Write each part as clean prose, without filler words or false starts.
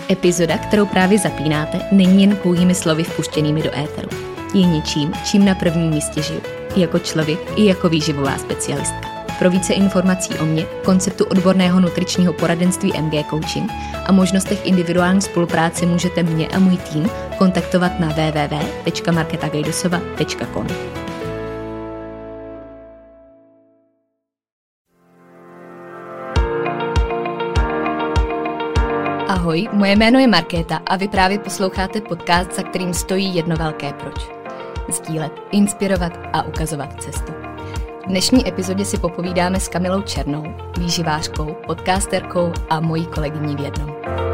Epizoda, kterou právě zapínáte, není jen pouhými slovy vpuštěnými do éteru. Je něčím, čím na prvním místě žiju. I jako člověk, i jako výživová specialistka. Pro více informací o mně, konceptu odborného nutričního poradenství MG Coaching a možnostech individuální spolupráce můžete mě a můj tým kontaktovat na www.marketagajdosova.com. Ahoj, moje jméno je Markéta a vy právě posloucháte podcast, za kterým stojí jedno velké proč. Sdílet, inspirovat a ukazovat cestu. V dnešní epizodě si popovídáme s Kamilou Černou, výživářkou, podcasterkou a mojí kolegyní v jednom.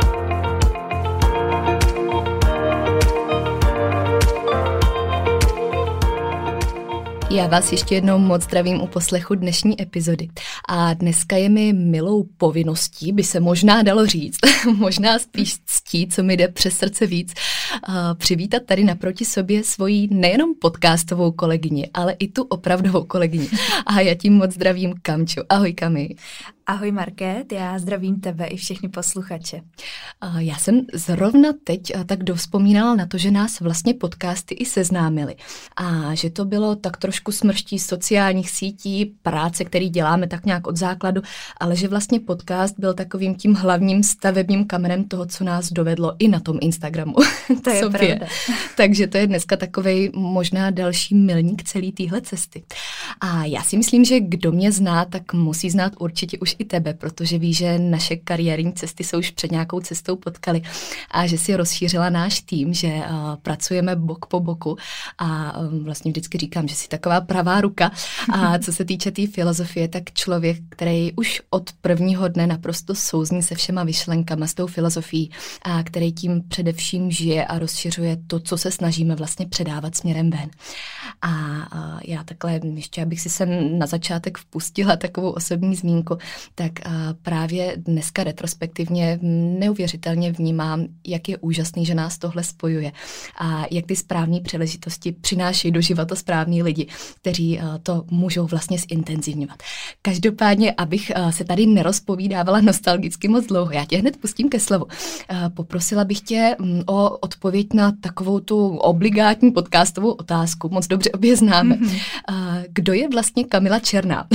Já vás ještě jednou moc zdravím u poslechu dnešní epizody. A dneska je mi milou povinností, by se možná dalo říct, možná spíš ctí, co mi jde přes srdce víc, přivítat tady naproti sobě svoji nejenom podcastovou kolegyni, ale i tu opravdovou kolegyni. A já tím moc zdravím Kamču. Ahoj Kami. Ahoj Market, já zdravím tebe i všechny posluchače. Já jsem zrovna teď tak dovzpomínala na to, že nás vlastně podcasty i seznámily a že to bylo tak trošku smrští sociálních sítí, práce, který děláme tak nějak od základu, ale že vlastně podcast byl takovým tím hlavním stavebním kamenem toho, co nás dovedlo i na tom Instagramu. To je pravda. Takže to je dneska takovej možná další milník celé téhle cesty. A já si myslím, že kdo mě zná, tak musí znát určitě už i tebe, protože ví, že naše kariérní cesty se už před nějakou cestou potkaly a že si rozšířila náš tým, že pracujeme bok po boku a vlastně vždycky říkám, že jsi taková pravá ruka. A co se týče té filozofie, tak člověk, který už od prvního dne naprosto souzní se všema myšlenkama, s tou filozofií a který tím především žije a rozšiřuje to, co se snažíme vlastně předávat směrem ven. A já takhle ještě, abych si sem na začátek vpustila takovou osobní zmínku, tak právě dneska retrospektivně neuvěřitelně vnímám, jak je úžasný, že nás tohle spojuje a jak ty správné příležitosti přinášejí do života správní lidi, kteří to můžou vlastně zintenzivňovat. Každopádně, abych se tady nerozpovídávala nostalgicky moc dlouho, já tě hned pustím ke slovu. Poprosila bych tě o odpověď na takovou tu obligátní podcastovou otázku, moc dobře obě známe. Kdo je vlastně Kamila Černá?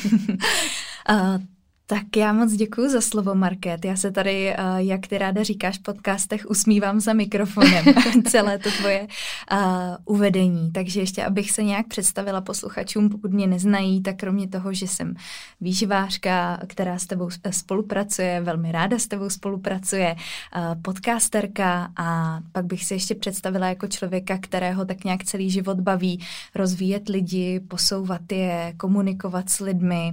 Tak já moc děkuju za slovo, Market. Já se tady, jak ty ráda říkáš v podcastech, usmívám za mikrofonem celé to tvoje uvedení. Takže ještě, abych se nějak představila posluchačům, pokud mě neznají, tak kromě toho, že jsem výživářka, která s tebou spolupracuje, velmi ráda s tebou spolupracuje, podcasterka a pak bych se ještě představila jako člověka, kterého tak nějak celý život baví rozvíjet lidi, posouvat je, komunikovat s lidmi,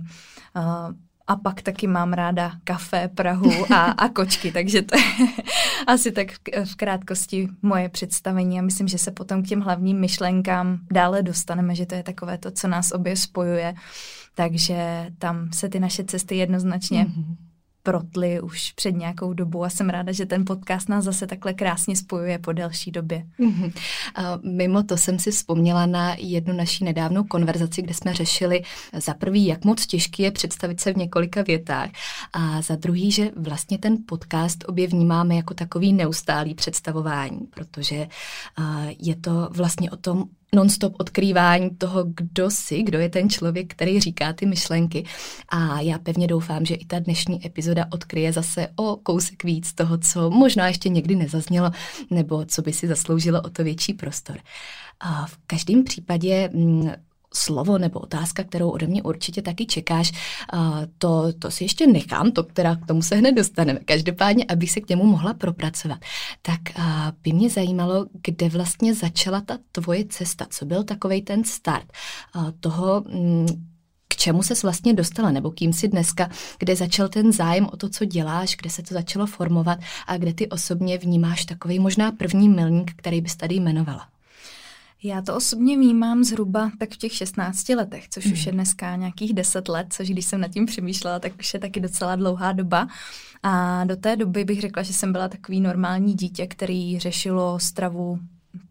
a pak taky mám ráda kafe, Prahu a kočky, takže to je asi tak v krátkosti moje představení a myslím, že se potom k těm hlavním myšlenkám dále dostaneme, že to je takové to, co nás obě spojuje, takže tam se ty naše cesty jednoznačně protly už před nějakou dobu a jsem ráda, že ten podcast nás zase takhle krásně spojuje po delší době. A mimo to jsem si vzpomněla na jednu naší nedávnou konverzaci, kde jsme řešili za prvý, jak moc těžký je představit se v několika větách a za druhý, že vlastně ten podcast obě vnímáme jako takový neustálý představování, protože je to vlastně o tom non-stop odkrývání toho, kdo je ten člověk, který říká ty myšlenky. A já pevně doufám, že i ta dnešní epizoda odkryje zase o kousek víc toho, co možná ještě někdy nezaznělo, nebo co by si zasloužilo o to větší prostor. A v každém případě slovo nebo otázka, kterou ode mě určitě taky čekáš, to si ještě nechám, k tomu se hned dostaneme. Každopádně, abych se k němu mohla propracovat, tak by mě zajímalo, kde vlastně začala ta tvoje cesta, co byl takovej ten start toho, k čemu ses vlastně dostala, nebo kým jsi dneska, kde začal ten zájem o to, co děláš, kde se to začalo formovat a kde ty osobně vnímáš takovej možná první milník, který bys tady jmenovala. Já to osobně vnímám zhruba tak v těch 16 letech, což už je dneska nějakých 10 let, což když jsem nad tím přemýšlela, tak už je taky docela dlouhá doba. A do té doby bych řekla, že jsem byla takový normální dítě, který řešilo stravu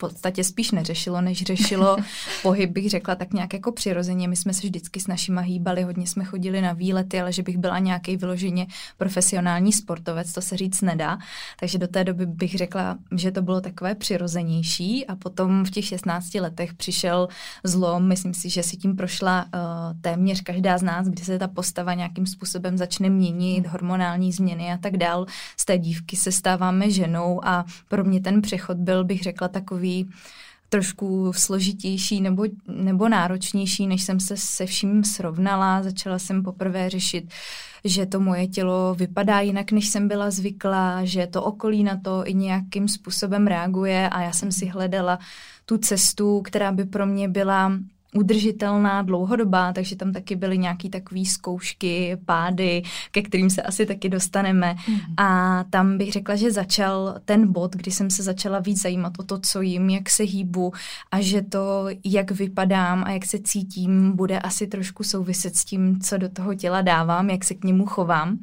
podstatě spíš neřešilo, než řešilo pohyb, bych řekla tak nějak jako přirozeně. My jsme se vždycky s našima hýbali, hodně jsme chodili na výlety, ale že bych byla nějaký vyloženě profesionální sportovec, to se říct nedá. Takže do té doby bych řekla, že to bylo takové přirozenější a potom v těch 16 letech přišel zlom. Myslím si, že si tím prošla téměř každá z nás, kdy se ta postava nějakým způsobem začne měnit, hormonální změny a tak dál. Z té dívky se stáváme ženou a pro mě ten přechod byl, bych řekla, takový trošku složitější nebo náročnější, než jsem se se vším srovnala. Začala jsem poprvé řešit, že to moje tělo vypadá jinak, než jsem byla zvyklá, že to okolí na to i nějakým způsobem reaguje a já jsem si hledala tu cestu, která by pro mě byla udržitelná, dlouhodobá, takže tam taky byly nějaký takový zkoušky, pády, ke kterým se asi taky dostaneme. A tam bych řekla, že začal ten bod, kdy jsem se začala víc zajímat o to, co jim, jak se hýbu a že to, jak vypadám a jak se cítím, bude asi trošku souviset s tím, co do toho těla dávám, jak se k němu chovám.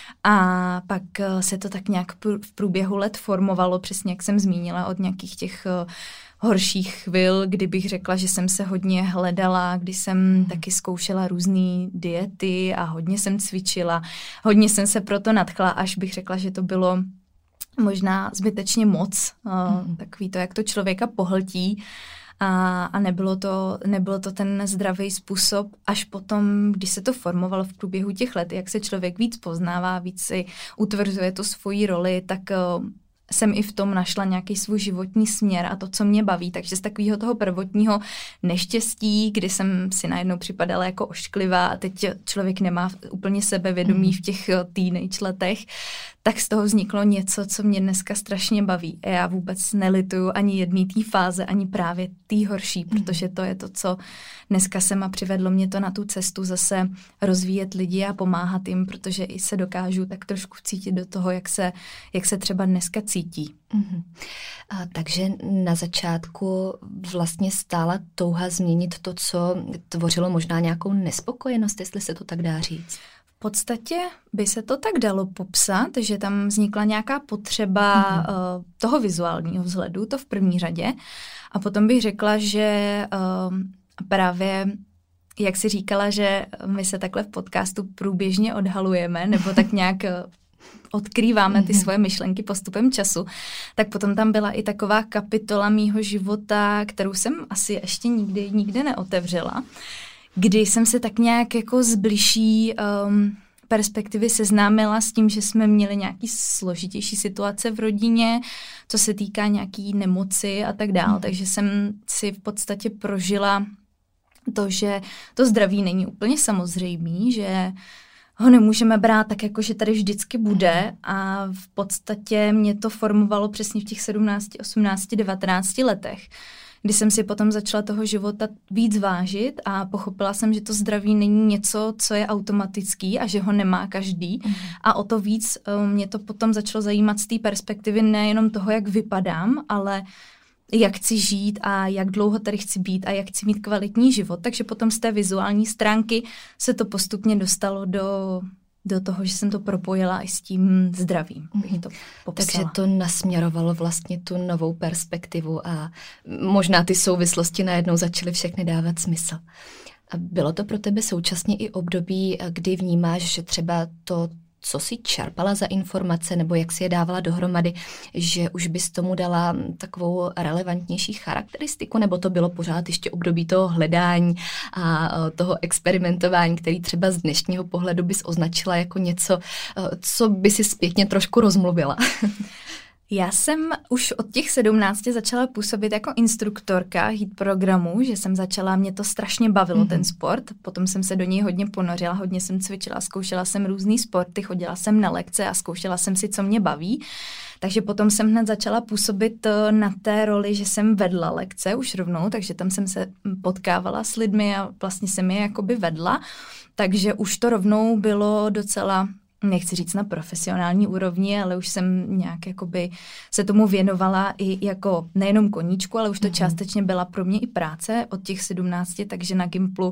A pak se to tak nějak v průběhu let formovalo, přesně jak jsem zmínila, od nějakých těch horších chvil, kdy bych řekla, že jsem se hodně hledala, kdy jsem taky zkoušela různé diety a hodně jsem cvičila. Hodně jsem se proto nadchla, až bych řekla, že to bylo možná zbytečně moc. Takový to, jak to člověka pohltí. A nebylo to ten zdravý způsob, až potom, když se to formovalo v průběhu těch let, jak se člověk víc poznává, víc si utvrzuje tu svoji roli, tak jsem i v tom našla nějaký svůj životní směr a to, co mě baví. Takže z takového toho prvotního neštěstí, kdy jsem si najednou připadala jako ošklivá a teď člověk nemá úplně sebevědomí v těch teenage letech, tak z toho vzniklo něco, co mě dneska strašně baví. A já vůbec nelituju ani jedné té fáze, ani právě té horší, protože to je to, co dneska jsem a přivedlo mě to na tu cestu zase rozvíjet lidi a pomáhat jim, protože i se dokážu tak trošku cítit do toho, jak se třeba dneska cítí. Takže na začátku vlastně stála touha změnit to, co tvořilo možná nějakou nespokojenost, jestli se to tak dá říct. V podstatě by se to tak dalo popsat, že tam vznikla nějaká potřeba toho vizuálního vzhledu, to v první řadě. A potom bych řekla, že právě, jak jsi říkala, že my se takhle v podcastu průběžně odhalujeme, nebo tak nějak odkrýváme ty svoje myšlenky postupem času, tak potom tam byla i taková kapitola mýho života, kterou jsem asi ještě nikdy neotevřela, kdy jsem se tak nějak jako z bližší perspektivy seznámila s tím, že jsme měli nějaký složitější situace v rodině, co se týká nějaký nemoci a tak dál. Takže jsem si v podstatě prožila to, že to zdraví není úplně samozřejmý, že ho nemůžeme brát tak, jako že tady vždycky bude a v podstatě mě to formovalo přesně v těch 17, 18, 19 letech, kdy jsem si potom začala toho života víc vážit a pochopila jsem, že to zdraví není něco, co je automatický a že ho nemá každý. A o to víc mě to potom začalo zajímat z té perspektivy nejenom toho, jak vypadám, ale jak chci žít a jak dlouho tady chci být a jak chci mít kvalitní život. Takže potom z té vizuální stránky se to postupně dostalo do toho, že jsem to propojila i s tím zdravím, bych to popsala. Takže to nasměrovalo vlastně tu novou perspektivu a možná ty souvislosti najednou začaly všechny dávat smysl. A bylo to pro tebe současně i období, kdy vnímáš, že třeba to, co jsi čerpala za informace nebo jak si je dávala dohromady, že už bys tomu dala takovou relevantnější charakteristiku, nebo to bylo pořád ještě období toho hledání a toho experimentování, který třeba z dnešního pohledu bys označila jako něco, co by si zpětně trošku rozmluvila? Já jsem už od těch 17 začala působit jako instruktorka HEAT programu, že jsem začala, mě to strašně bavilo ten sport, potom jsem se do něj hodně ponořila, hodně jsem cvičila, zkoušela jsem různý sporty, chodila jsem na lekce a zkoušela jsem si, co mě baví. Takže potom jsem hned začala působit na té roli, že jsem vedla lekce už rovnou, takže tam jsem se potkávala s lidmi a vlastně jsem je jakoby vedla, takže už to rovnou bylo docela, nechci říct na profesionální úrovni, ale už jsem nějak jakoby se tomu věnovala i jako nejenom koníčku, ale už to částečně byla pro mě i práce od těch 17, takže na Gimplu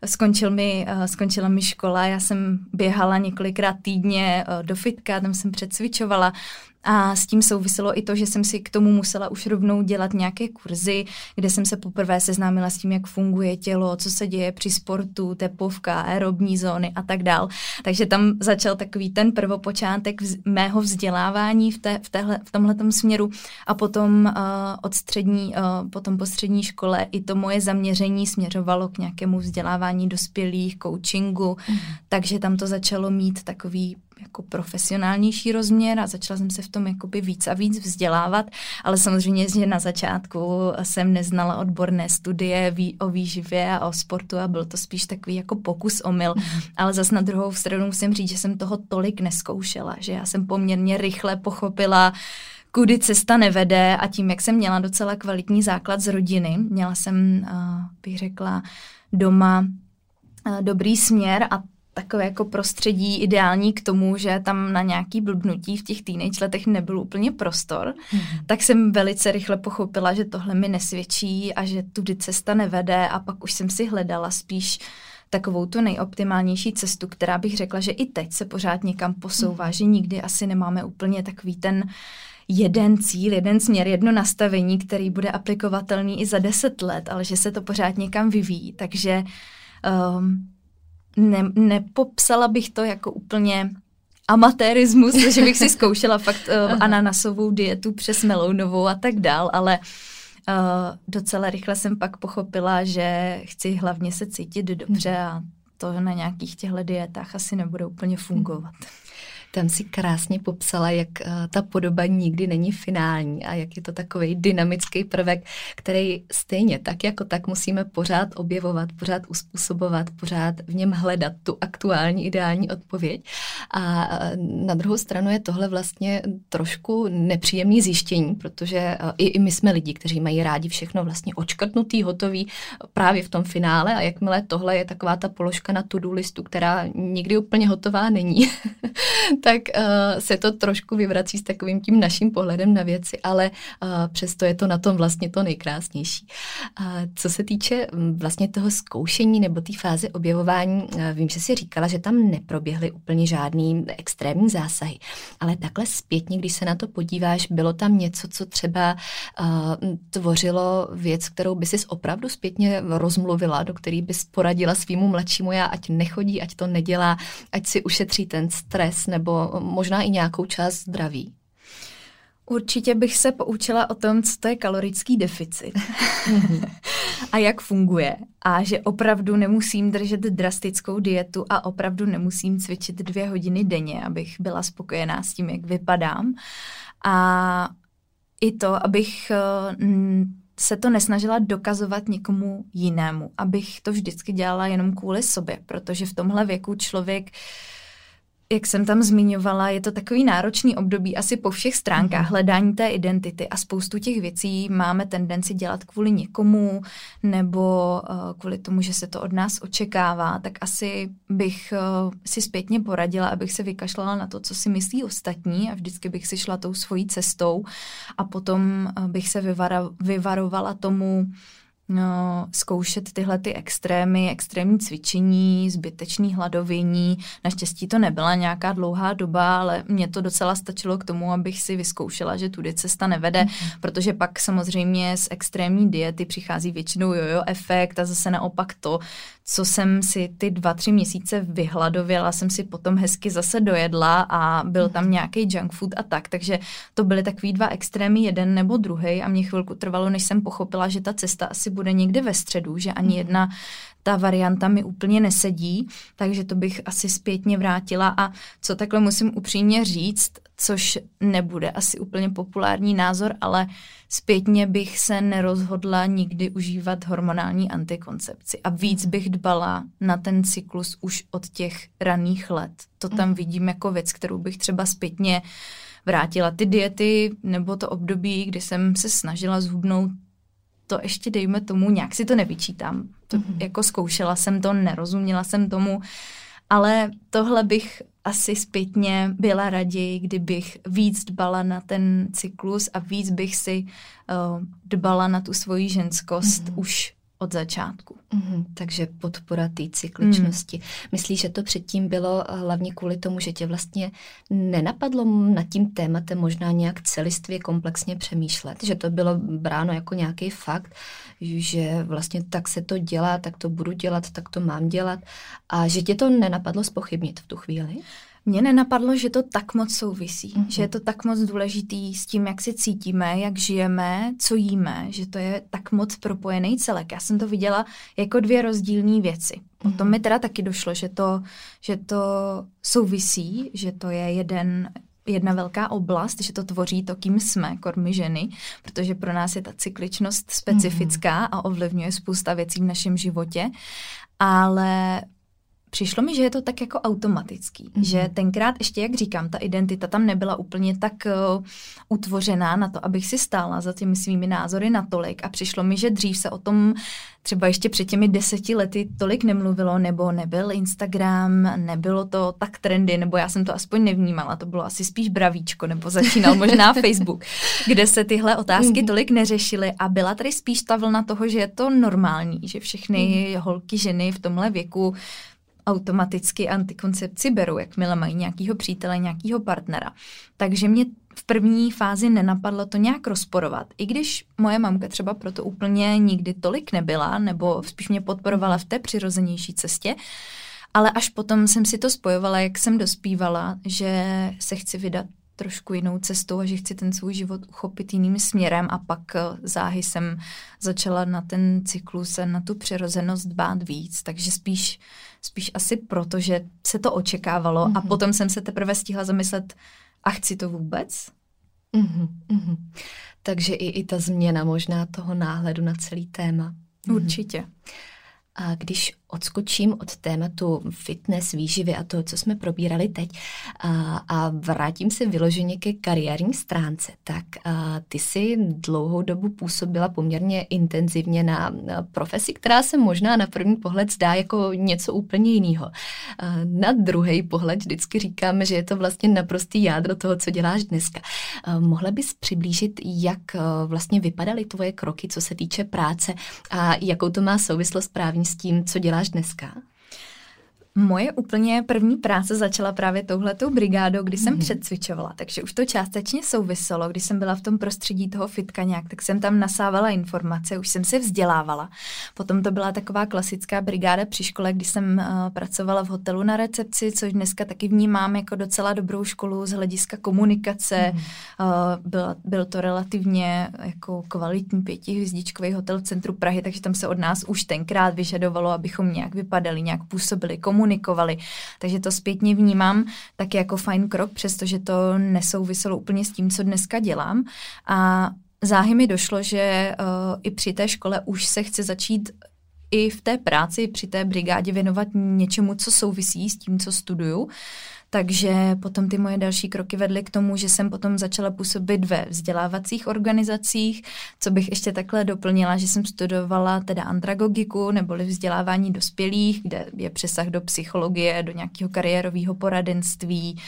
skončila mi škola, já jsem běhala několikrát týdně do fitka, tam jsem přecvičovala A s tím souviselo i to, že jsem si k tomu musela už rovnou dělat nějaké kurzy, kde jsem se poprvé seznámila s tím, jak funguje tělo, co se děje při sportu, tepovka, aerobní zóny a tak dál. Takže tam začal takový ten prvopočátek mého vzdělávání v tomhletom směru a potom potom po střední škole i to moje zaměření směřovalo k nějakému vzdělávání dospělých, coachingu, takže tam to začalo mít takový jako profesionálnější rozměr a začala jsem se v tom jakoby víc a víc vzdělávat, ale samozřejmě, že na začátku jsem neznala odborné studie o výživě a o sportu a byl to spíš takový jako pokus omyl, ale zas na druhou stranu musím říct, že jsem toho tolik neskoušela, že já jsem poměrně rychle pochopila, kudy cesta nevede a tím, jak jsem měla docela kvalitní základ z rodiny, měla jsem, bych řekla, doma dobrý směr a takové jako prostředí ideální k tomu, že tam na nějaký blbnutí v těch teenage letech nebyl úplně prostor, tak jsem velice rychle pochopila, že tohle mi nesvědčí a že tudy cesta nevede a pak už jsem si hledala spíš takovou tu nejoptimálnější cestu, která bych řekla, že i teď se pořád někam posouvá, že nikdy asi nemáme úplně takový ten jeden cíl, jeden směr, jedno nastavení, který bude aplikovatelný i za 10 let, ale že se to pořád někam vyvíjí. Takže nepopsala bych to jako úplně amatérismus, že bych si zkoušela fakt ananasovou dietu přes melounovou a tak dál, ale docela rychle jsem pak pochopila, že chci hlavně se cítit dobře a to na nějakých těchto dietách asi nebude úplně fungovat. Tam si krásně popsala, jak ta podoba nikdy není finální a jak je to takový dynamický prvek, který stejně tak jako tak musíme pořád objevovat, pořád uspůsobovat, pořád v něm hledat tu aktuální ideální odpověď. A na druhou stranu je tohle vlastně trošku nepříjemný zjištění, protože i my jsme lidi, kteří mají rádi všechno vlastně očkrtnutý, hotový právě v tom finále a jakmile tohle je taková ta položka na to-do listu, která nikdy úplně hotová není, tak se to trošku vyvrací s takovým tím naším pohledem na věci, ale přesto je to na tom vlastně to nejkrásnější. Co se týče vlastně toho zkoušení nebo té fáze objevování, vím, že jsi říkala, že tam neproběhly úplně žádný extrémní zásahy, ale takhle zpětně, když se na to podíváš, bylo tam něco, co třeba tvořilo věc, kterou by si opravdu zpětně rozmluvila, do který bys poradila svýmu mladšímu já, ať nechodí, ať to nedělá, ať si ušetří ten stres nebo možná i nějakou část zdraví? Určitě bych se poučila o tom, co to je kalorický deficit a jak funguje a že opravdu nemusím držet drastickou dietu a opravdu nemusím cvičit 2 hodiny denně, abych byla spokojená s tím, jak vypadám. A i to, abych se to nesnažila dokazovat někomu jinému, abych to vždycky dělala jenom kvůli sobě, protože v tomhle věku člověk, jak jsem tam zmiňovala, je to takový náročný období asi po všech stránkách hledání té identity a spoustu těch věcí máme tendenci dělat kvůli někomu nebo kvůli tomu, že se to od nás očekává, tak asi bych si zpětně poradila, abych se vykašlala na to, co si myslí ostatní a vždycky bych si šla tou svojí cestou a potom bych se vyvarovala tomu, zkoušet tyhle ty extrémní cvičení, zbytečný hladovění. Naštěstí to nebyla nějaká dlouhá doba, ale mně to docela stačilo k tomu, abych si vyzkoušela, že tudy cesta nevede, protože pak samozřejmě z extrémní diety přichází většinou jojo efekt a zase naopak to, co jsem si ty 2-3 měsíce vyhladověla, jsem si potom hezky zase dojedla a byl tam nějaký junk food a tak, takže to byly takový 2 extrémy, jeden nebo druhý a mě chvilku trvalo, než jsem pochopila, že ta cesta asi bude někde ve středu, že ani jedna ta varianta mi úplně nesedí, takže to bych asi zpětně vrátila a co takhle musím upřímně říct, což nebude asi úplně populární názor, ale zpětně bych se nerozhodla nikdy užívat hormonální antikoncepci a víc bych dbala na ten cyklus už od těch raných let. To tam vidím jako věc, kterou bych třeba zpětně vrátila. Ty diety nebo to období, kdy jsem se snažila zhubnout, to ještě dejme tomu, nějak si to nevyčítám. To, jako zkoušela jsem to, nerozuměla jsem tomu, ale tohle bych asi zpětně byla raději, kdybych víc dbala na ten cyklus a víc bych si dbala na tu svoji ženskost už od začátku. Takže podpora té cykličnosti. Myslíš, že to předtím bylo hlavně kvůli tomu, že tě vlastně nenapadlo nad tím tématem možná nějak celistvě komplexně přemýšlet? Že to bylo bráno jako nějaký fakt, že vlastně tak se to dělá, tak to budu dělat, tak to mám dělat a že tě to nenapadlo zpochybnit v tu chvíli? Mně nenapadlo, že to tak moc souvisí, že je to tak moc důležitý s tím, jak se cítíme, jak žijeme, co jíme, že to je tak moc propojený celek. Já jsem to viděla jako dvě rozdílné věci. Potom mi teda taky došlo, že to souvisí, že to je jedna velká oblast, že to tvoří to, kým jsme, my ženy, protože pro nás je ta cykličnost specifická a ovlivňuje spousta věcí v našem životě, ale přišlo mi, že je to tak jako automatický, že tenkrát ještě, jak říkám, ta identita tam nebyla úplně tak utvořená na to, abych si stála za těmi svými názory natolik a přišlo mi, že dřív se o tom třeba ještě před těmi 10 lety tolik nemluvilo, nebo nebyl Instagram, nebylo to tak trendy, nebo já jsem to aspoň nevnímala, to bylo asi spíš bravíčko, nebo začínal možná Facebook, kde se tyhle otázky tolik neřešily a byla tady spíš ta vlna toho, že je to normální, že všechny holky, ženy v tomhle věku automaticky antikoncepci berou, jakmile mají nějakýho přítele, nějakýho partnera. Takže mě v první fázi nenapadlo to nějak rozporovat. I když moje mamka třeba proto úplně nikdy tolik nebyla, nebo spíš mě podporovala v té přirozenější cestě, ale až potom jsem si to spojovala, jak jsem dospívala, že se chci vydat trošku jinou cestou a že chci ten svůj život uchopit jiným směrem a pak záhy jsem začala na ten cyklus a na tu přirozenost dbát víc, takže spíš asi proto, že se to očekávalo a potom jsem se teprve stihla zamyslet, a chci to vůbec? Takže i ta změna možná toho náhledu na celý téma. Určitě. A když odskočím od tématu fitness, výživy a toho, co jsme probírali teď a vrátím se vyloženě ke kariérní stránce, tak ty si dlouhou dobu působila poměrně intenzivně na profesi, která se možná na první pohled zdá jako něco úplně jiného. Na druhý pohled vždycky říkáme, že je to vlastně naprostý jádro toho, co děláš dneska. Mohla bys přiblížit, jak vlastně vypadaly tvoje kroky, co se týče práce a jakou to má souvislost právě s tím, co děláš dneska? Moje úplně první práce začala právě touhletou brigádou, kdy jsem předcvičovala, takže už to částečně souviselo. Když jsem byla v tom prostředí toho fitka nějak, tak jsem tam nasávala informace, už jsem se vzdělávala. Potom to byla taková klasická brigáda při škole, kdy jsem pracovala v hotelu na recepci, což dneska taky vnímám jako docela dobrou školu z hlediska komunikace. Byl to relativně jako kvalitní 5hvězdičkový hotel v centru Prahy, takže tam se od nás už tenkrát vyžadovalo, abychom nějak vypadali, nějak působili, komunikovali. Takže to zpětně vnímám taky jako fajn krok, přestože to nesouviselo úplně s tím, co dneska dělám. A záhy mi došlo, že i při té škole už se chci začít i v té práci, při té brigádě věnovat něčemu, co souvisí s tím, co studuju. Takže potom ty moje další kroky vedly k tomu, že jsem potom začala působit ve vzdělávacích organizacích, co bych ještě takhle doplnila, že jsem studovala teda andragogiku neboli vzdělávání dospělých, kde je přesah do psychologie, do nějakého kariérového poradenství,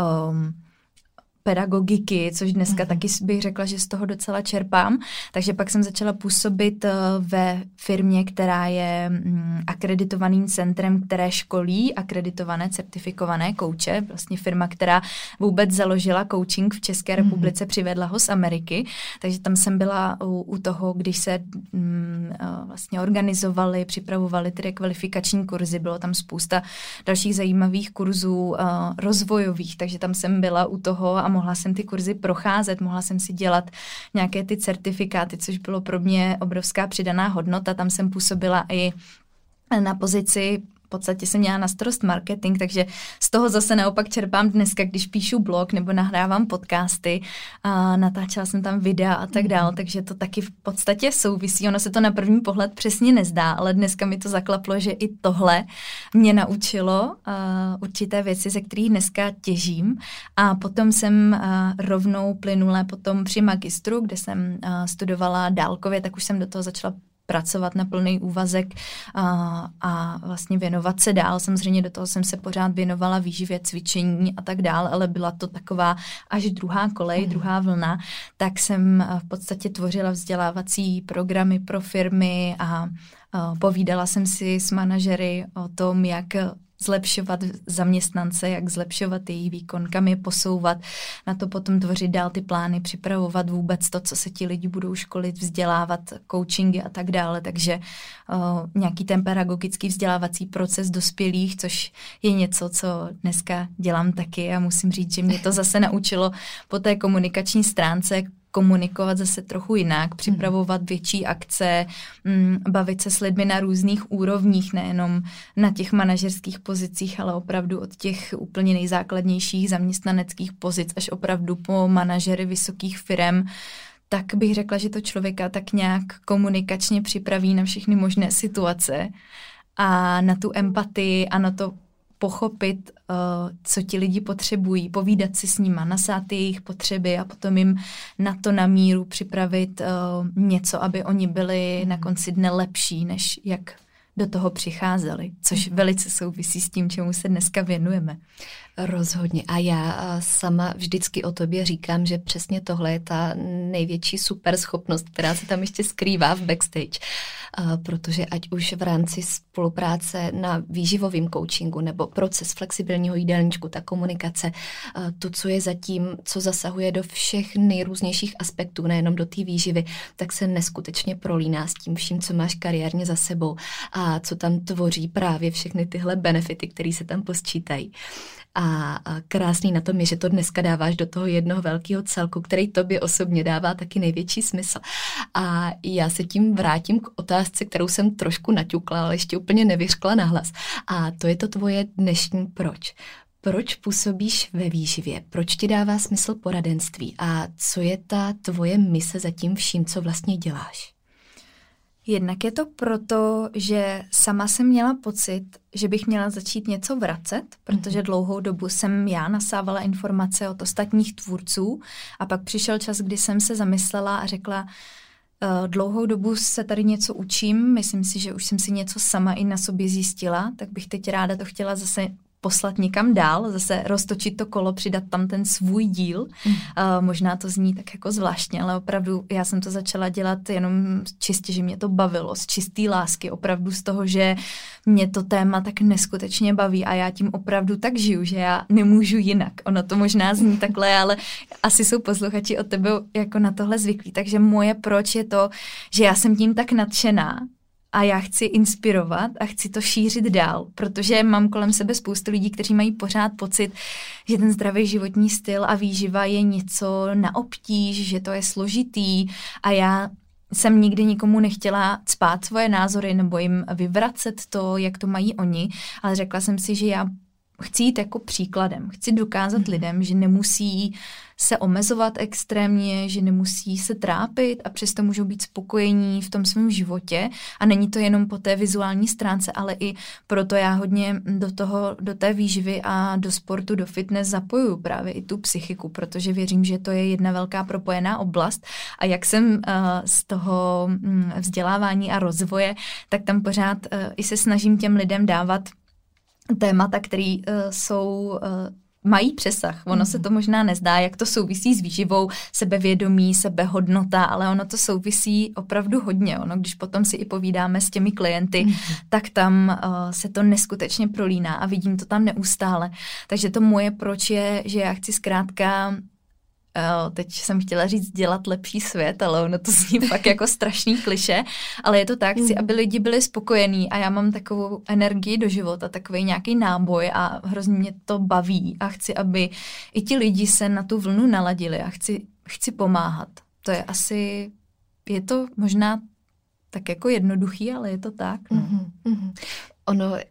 pedagogiky, což dneska taky bych řekla, že z toho docela čerpám. Takže pak jsem začala působit ve firmě, která je akreditovaným centrem, které školí akreditované, certifikované kouče. Vlastně firma, která vůbec založila coaching v České republice, přivedla ho z Ameriky. Takže tam jsem byla u toho, když se vlastně organizovali, připravovali ty rekvalifikační kurzy. Bylo tam spousta dalších zajímavých kurzů rozvojových, takže tam jsem byla u toho a mohla jsem ty kurzy procházet, mohla jsem si dělat nějaké ty certifikáty, což bylo pro mě obrovská přidaná hodnota. Tam jsem působila i na pozici, v podstatě jsem měla na starost marketing, takže z toho zase naopak čerpám dneska, když píšu blog nebo nahrávám podcasty a natáčela jsem tam videa a tak dál, takže to taky v podstatě souvisí. Ono se to na první pohled přesně nezdá, ale dneska mi to zaklaplo, že i tohle mě naučilo určité věci, ze kterých dneska těžím. A potom jsem rovnou plynule potom při magistru, kde jsem studovala dálkově, tak už jsem do toho začala pracovat na plný úvazek a vlastně věnovat se dál. Samozřejmě do toho jsem se pořád věnovala výživě, cvičení a tak dál, ale byla to taková až druhá kolej, druhá vlna, tak jsem v podstatě tvořila vzdělávací programy pro firmy a povídala jsem si s manažery o tom, jak zlepšovat zaměstnance, jak zlepšovat jejich výkon, kam je posouvat, na to potom tvořit dál ty plány, připravovat vůbec to, co se ti lidi budou školit, vzdělávat, coachingy a tak dále. Takže nějaký ten pedagogický vzdělávací proces dospělých, což je něco, co dneska dělám taky a musím říct, že mě to zase naučilo po té komunikační stránce komunikovat zase trochu jinak, připravovat větší akce, bavit se s lidmi na různých úrovních, nejenom na těch manažerských pozicích, ale opravdu od těch úplně nejzákladnějších zaměstnaneckých pozic až opravdu po manažery vysokých firem, tak bych řekla, že to člověka tak nějak komunikačně připraví na všechny možné situace a na tu empatii a na to pochopit, co ti lidi potřebují, povídat si s nima, nasát jejich potřeby a potom jim na to na míru připravit něco, aby oni byli na konci dne lepší, než jak do toho přicházeli, což velice souvisí s tím, čemu se dneska věnujeme. Rozhodně. A já sama vždycky o tobě říkám, že přesně tohle je ta největší super schopnost, která se tam ještě skrývá v backstage. Protože ať už v rámci spolupráce na výživovém coachingu nebo proces flexibilního jídelníčku, ta komunikace, to, co je zatím, co zasahuje do všech nejrůznějších aspektů, nejenom do té výživy, tak se neskutečně prolíná s tím vším, co máš kariérně za sebou a co tam tvoří právě všechny tyhle benefity, které se tam posčítají. A krásný na tom je, že to dneska dáváš do toho jednoho velkého celku, který tobě osobně dává taky největší smysl. A já se tím vrátím k otázce, kterou jsem trošku naťukla, ale ještě úplně nevyřkla nahlas. A to je to tvoje dnešní proč. Proč působíš ve výživě? Proč ti dává smysl poradenství? A co je ta tvoje mise za tím vším, co vlastně děláš? Jednak je to proto, že sama jsem měla pocit, že bych měla začít něco vracet, protože dlouhou dobu jsem já nasávala informace od ostatních tvůrců a pak přišel čas, kdy jsem se zamyslela a řekla, dlouhou dobu se tady něco učím, myslím si, že už jsem si něco sama i na sobě zjistila, tak bych teď ráda to chtěla zase poslat někam dál, zase roztočit to kolo, přidat tam ten svůj díl. Možná to zní tak jako zvláštně, ale opravdu já jsem to začala dělat jenom čistě, že mě to bavilo, z čistý lásky, opravdu z toho, že mě to téma tak neskutečně baví a já tím opravdu tak žiju, že já nemůžu jinak. Ono to možná zní takhle, ale asi jsou posluchači od tebe jako na tohle zvyklí. Takže moje proč je to, že já jsem tím tak nadšená, a já chci inspirovat a chci to šířit dál, protože mám kolem sebe spoustu lidí, kteří mají pořád pocit, že ten zdravý životní styl a výživa je něco na obtíž, že to je složitý a já jsem nikdy nikomu nechtěla cpát svoje názory nebo jim vyvracet to, jak to mají oni, ale řekla jsem si, že já chci jít jako příkladem. Chci dokázat lidem, že nemusí se omezovat extrémně, že nemusí se trápit a přesto můžou být spokojení v tom svém životě. A není to jenom po té vizuální stránce, ale i proto já hodně do té výživy a do sportu, do fitness zapojuju právě i tu psychiku, protože věřím, že to je jedna velká propojená oblast. A jak jsem z toho vzdělávání a rozvoje, tak tam pořád i se snažím těm lidem dávat témata, které mají přesah. Ono se to možná nezdá, jak to souvisí s výživou, sebevědomí, sebehodnota, ale ono to souvisí opravdu hodně. Ono, když potom si i povídáme s těmi klienty, tak tam se to neskutečně prolíná a vidím to tam neustále. Takže to moje proč je, že já chci zkrátka teď jsem chtěla říct dělat lepší svět, ale ono to zní fakt jako strašný klišé, ale je to tak, chci, aby lidi byli spokojení a já mám takovou energii do života, takový nějaký náboj a hrozně mě to baví a chci, aby i ti lidi se na tu vlnu naladili a chci pomáhat. To je asi, je to možná tak jako jednoduchý, ale je to tak. No. Ono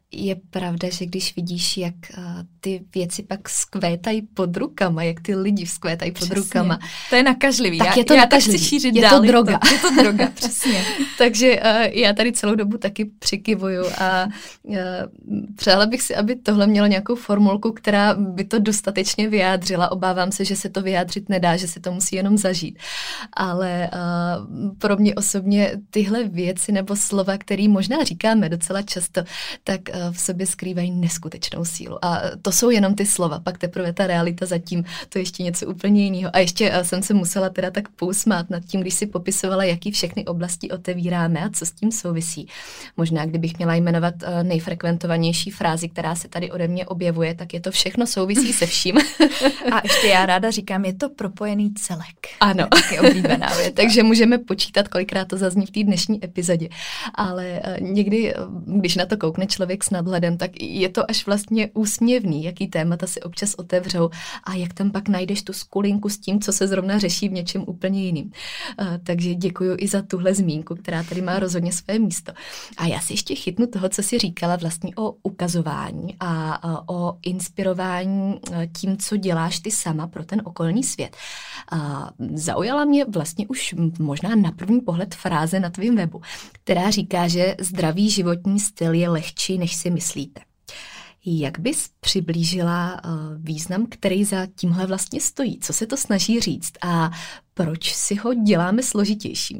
je pravda, že když vidíš, jak ty věci pak vzkvétají pod rukama, jak ty lidi vzkvétají pod rukama. To je nakažlivý. Tak je to nakažlivý. Já tak chci šířit je dál. To droga. Je to droga, přesně. Takže já tady celou dobu taky přikivuju a přála bych si, aby tohle mělo nějakou formulku, která by to dostatečně vyjádřila. Obávám se, že se to vyjádřit nedá, že se to musí jenom zažít. Ale pro mě osobně tyhle věci nebo slova, které možná říkáme docela často, tak v sobě skrývají neskutečnou sílu. A to jsou jenom ty slova, pak teprve ta realita zatím, to je ještě něco úplně jiného. A ještě jsem se musela teda tak pousmát nad tím, když si popisovala, jaký všechny oblasti otevíráme a co s tím souvisí. Možná, kdybych měla jmenovat nejfrekventovanější frázi, která se tady ode mě objevuje, tak je to všechno souvisí se vším. A ještě já ráda říkám, je to propojený celek. Ano. Je oblíbená věc. Takže můžeme počítat, kolikrát to zazní v té dnešní epizodě. Ale někdy, když na to koukne člověk s nadhledem, tak je to až vlastně úsměvný, jaký témata se občas otevřou a jak tam pak najdeš tu skulinku s tím, co se zrovna řeší v něčem úplně jiným. Takže děkuji i za tuhle zmínku, která tady má rozhodně své místo. A já si ještě chytnu toho, co jsi říkala vlastně o ukazování a o inspirování tím, co děláš ty sama pro ten okolní svět. Zaujala mě vlastně už možná na první pohled fráze na tvém webu, která říká, že zdravý životní styl je lehčí, než si myslíte. Jak bys přiblížila význam, který za tímhle vlastně stojí? Co se to snaží říct a proč si ho děláme složitějším?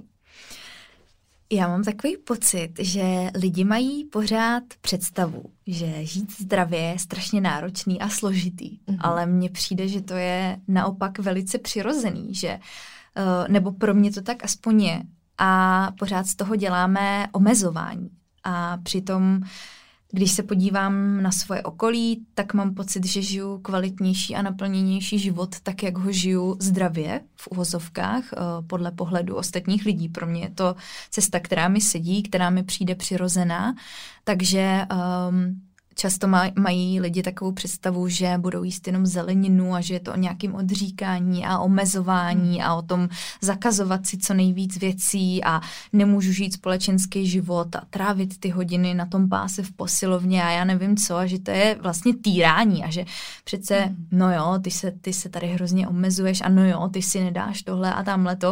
Já mám takový pocit, že lidi mají pořád představu, že žít zdravě je strašně náročný a složitý, ale mně přijde, že to je naopak velice přirozený, že, nebo pro mě to tak aspoň je, a pořád z toho děláme omezování. A přitom, když se podívám na svoje okolí, tak mám pocit, že žiju kvalitnější a naplněnější život, tak jak ho žiju zdravě v uvozovkách, podle pohledu ostatních lidí. Pro mě je to cesta, která mi sedí, která mi přijde přirozená, takže často mají lidi takovou představu, že budou jíst jenom zeleninu a že je to o nějakém odříkání a omezování a o tom zakazovat si co nejvíc věcí a nemůžu žít společenský život a trávit ty hodiny na tom páse v posilovně a já nevím co, a že to je vlastně týrání a že přece, no jo, ty se tady hrozně omezuješ a no jo, ty si nedáš tohle a tamhleto,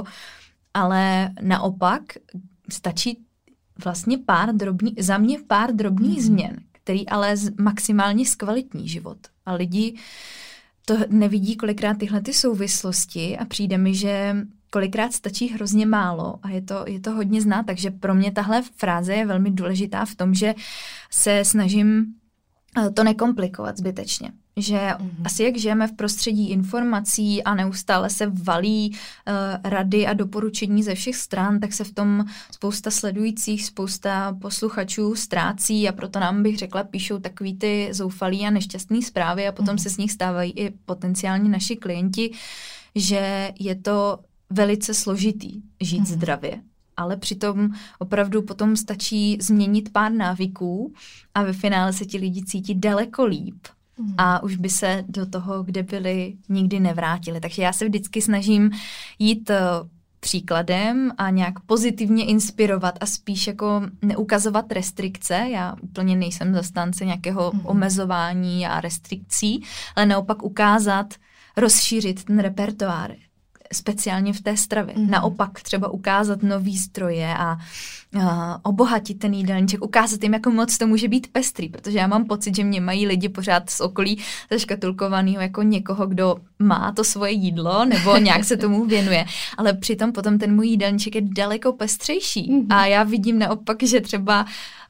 ale naopak stačí vlastně za mě pár drobných změn, který ale maximálně zkvalitní život. A lidi to nevidí kolikrát tyhle ty souvislosti a přijde mi, že kolikrát stačí hrozně málo a je to hodně znát. Takže pro mě tahle fráze je velmi důležitá v tom, že se snažím to nekomplikovat zbytečně. Že asi jak žijeme v prostředí informací a neustále se valí rady a doporučení ze všech stran, tak se v tom spousta sledujících, spousta posluchačů ztrácí a proto nám, bych řekla, píšou takový ty zoufalý a nešťastný zprávy a potom se z nich stávají i potenciálně naši klienti, že je to velice složitý žít zdravě. Ale přitom opravdu potom stačí změnit pár návyků a ve finále se ti lidi cítí daleko líp. A už by se do toho, kde byli, nikdy nevrátili. Takže já se vždycky snažím jít příkladem a nějak pozitivně inspirovat a spíš jako neukazovat restrikce. Já úplně nejsem zastánce nějakého omezování a restrikcí, ale naopak ukázat, rozšířit ten repertoár, speciálně v té stravě. Naopak třeba ukázat nový zdroje a obohatit ten jídelníček, ukázat jim, jako moc to může být pestrý, protože já mám pocit, že mě mají lidi pořád z okolí zaškatulkovanýho jako někoho, kdo má to svoje jídlo nebo nějak se tomu věnuje, ale přitom potom ten můj jídelníček je daleko pestřejší a já vidím naopak, že třeba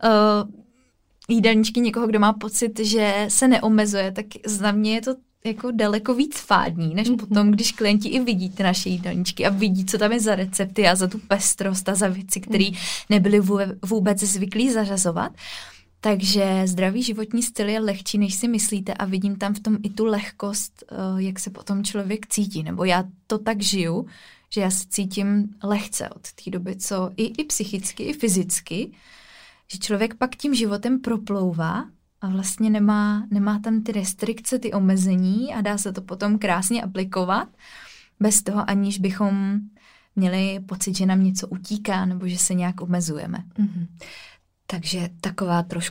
jídelníčky někoho, kdo má pocit, že se neomezuje, tak za mě je to jako daleko víc fádní, než potom, když klienti i vidí ty naše jídelníčky a vidí, co tam je za recepty a za tu pestrost a za věci, které nebyly vůbec zvyklí zařazovat. Takže zdravý životní styl je lehčí, než si myslíte a vidím tam v tom i tu lehkost, jak se potom člověk cítí. Nebo já to tak žiju, že já se cítím lehce od té doby, co i psychicky, i fyzicky, že člověk pak tím životem proplouvá a vlastně nemá tam ty restrikce, ty omezení a dá se to potom krásně aplikovat bez toho, aniž bychom měli pocit, že nám něco utíká nebo že se nějak omezujeme. Takže taková trošku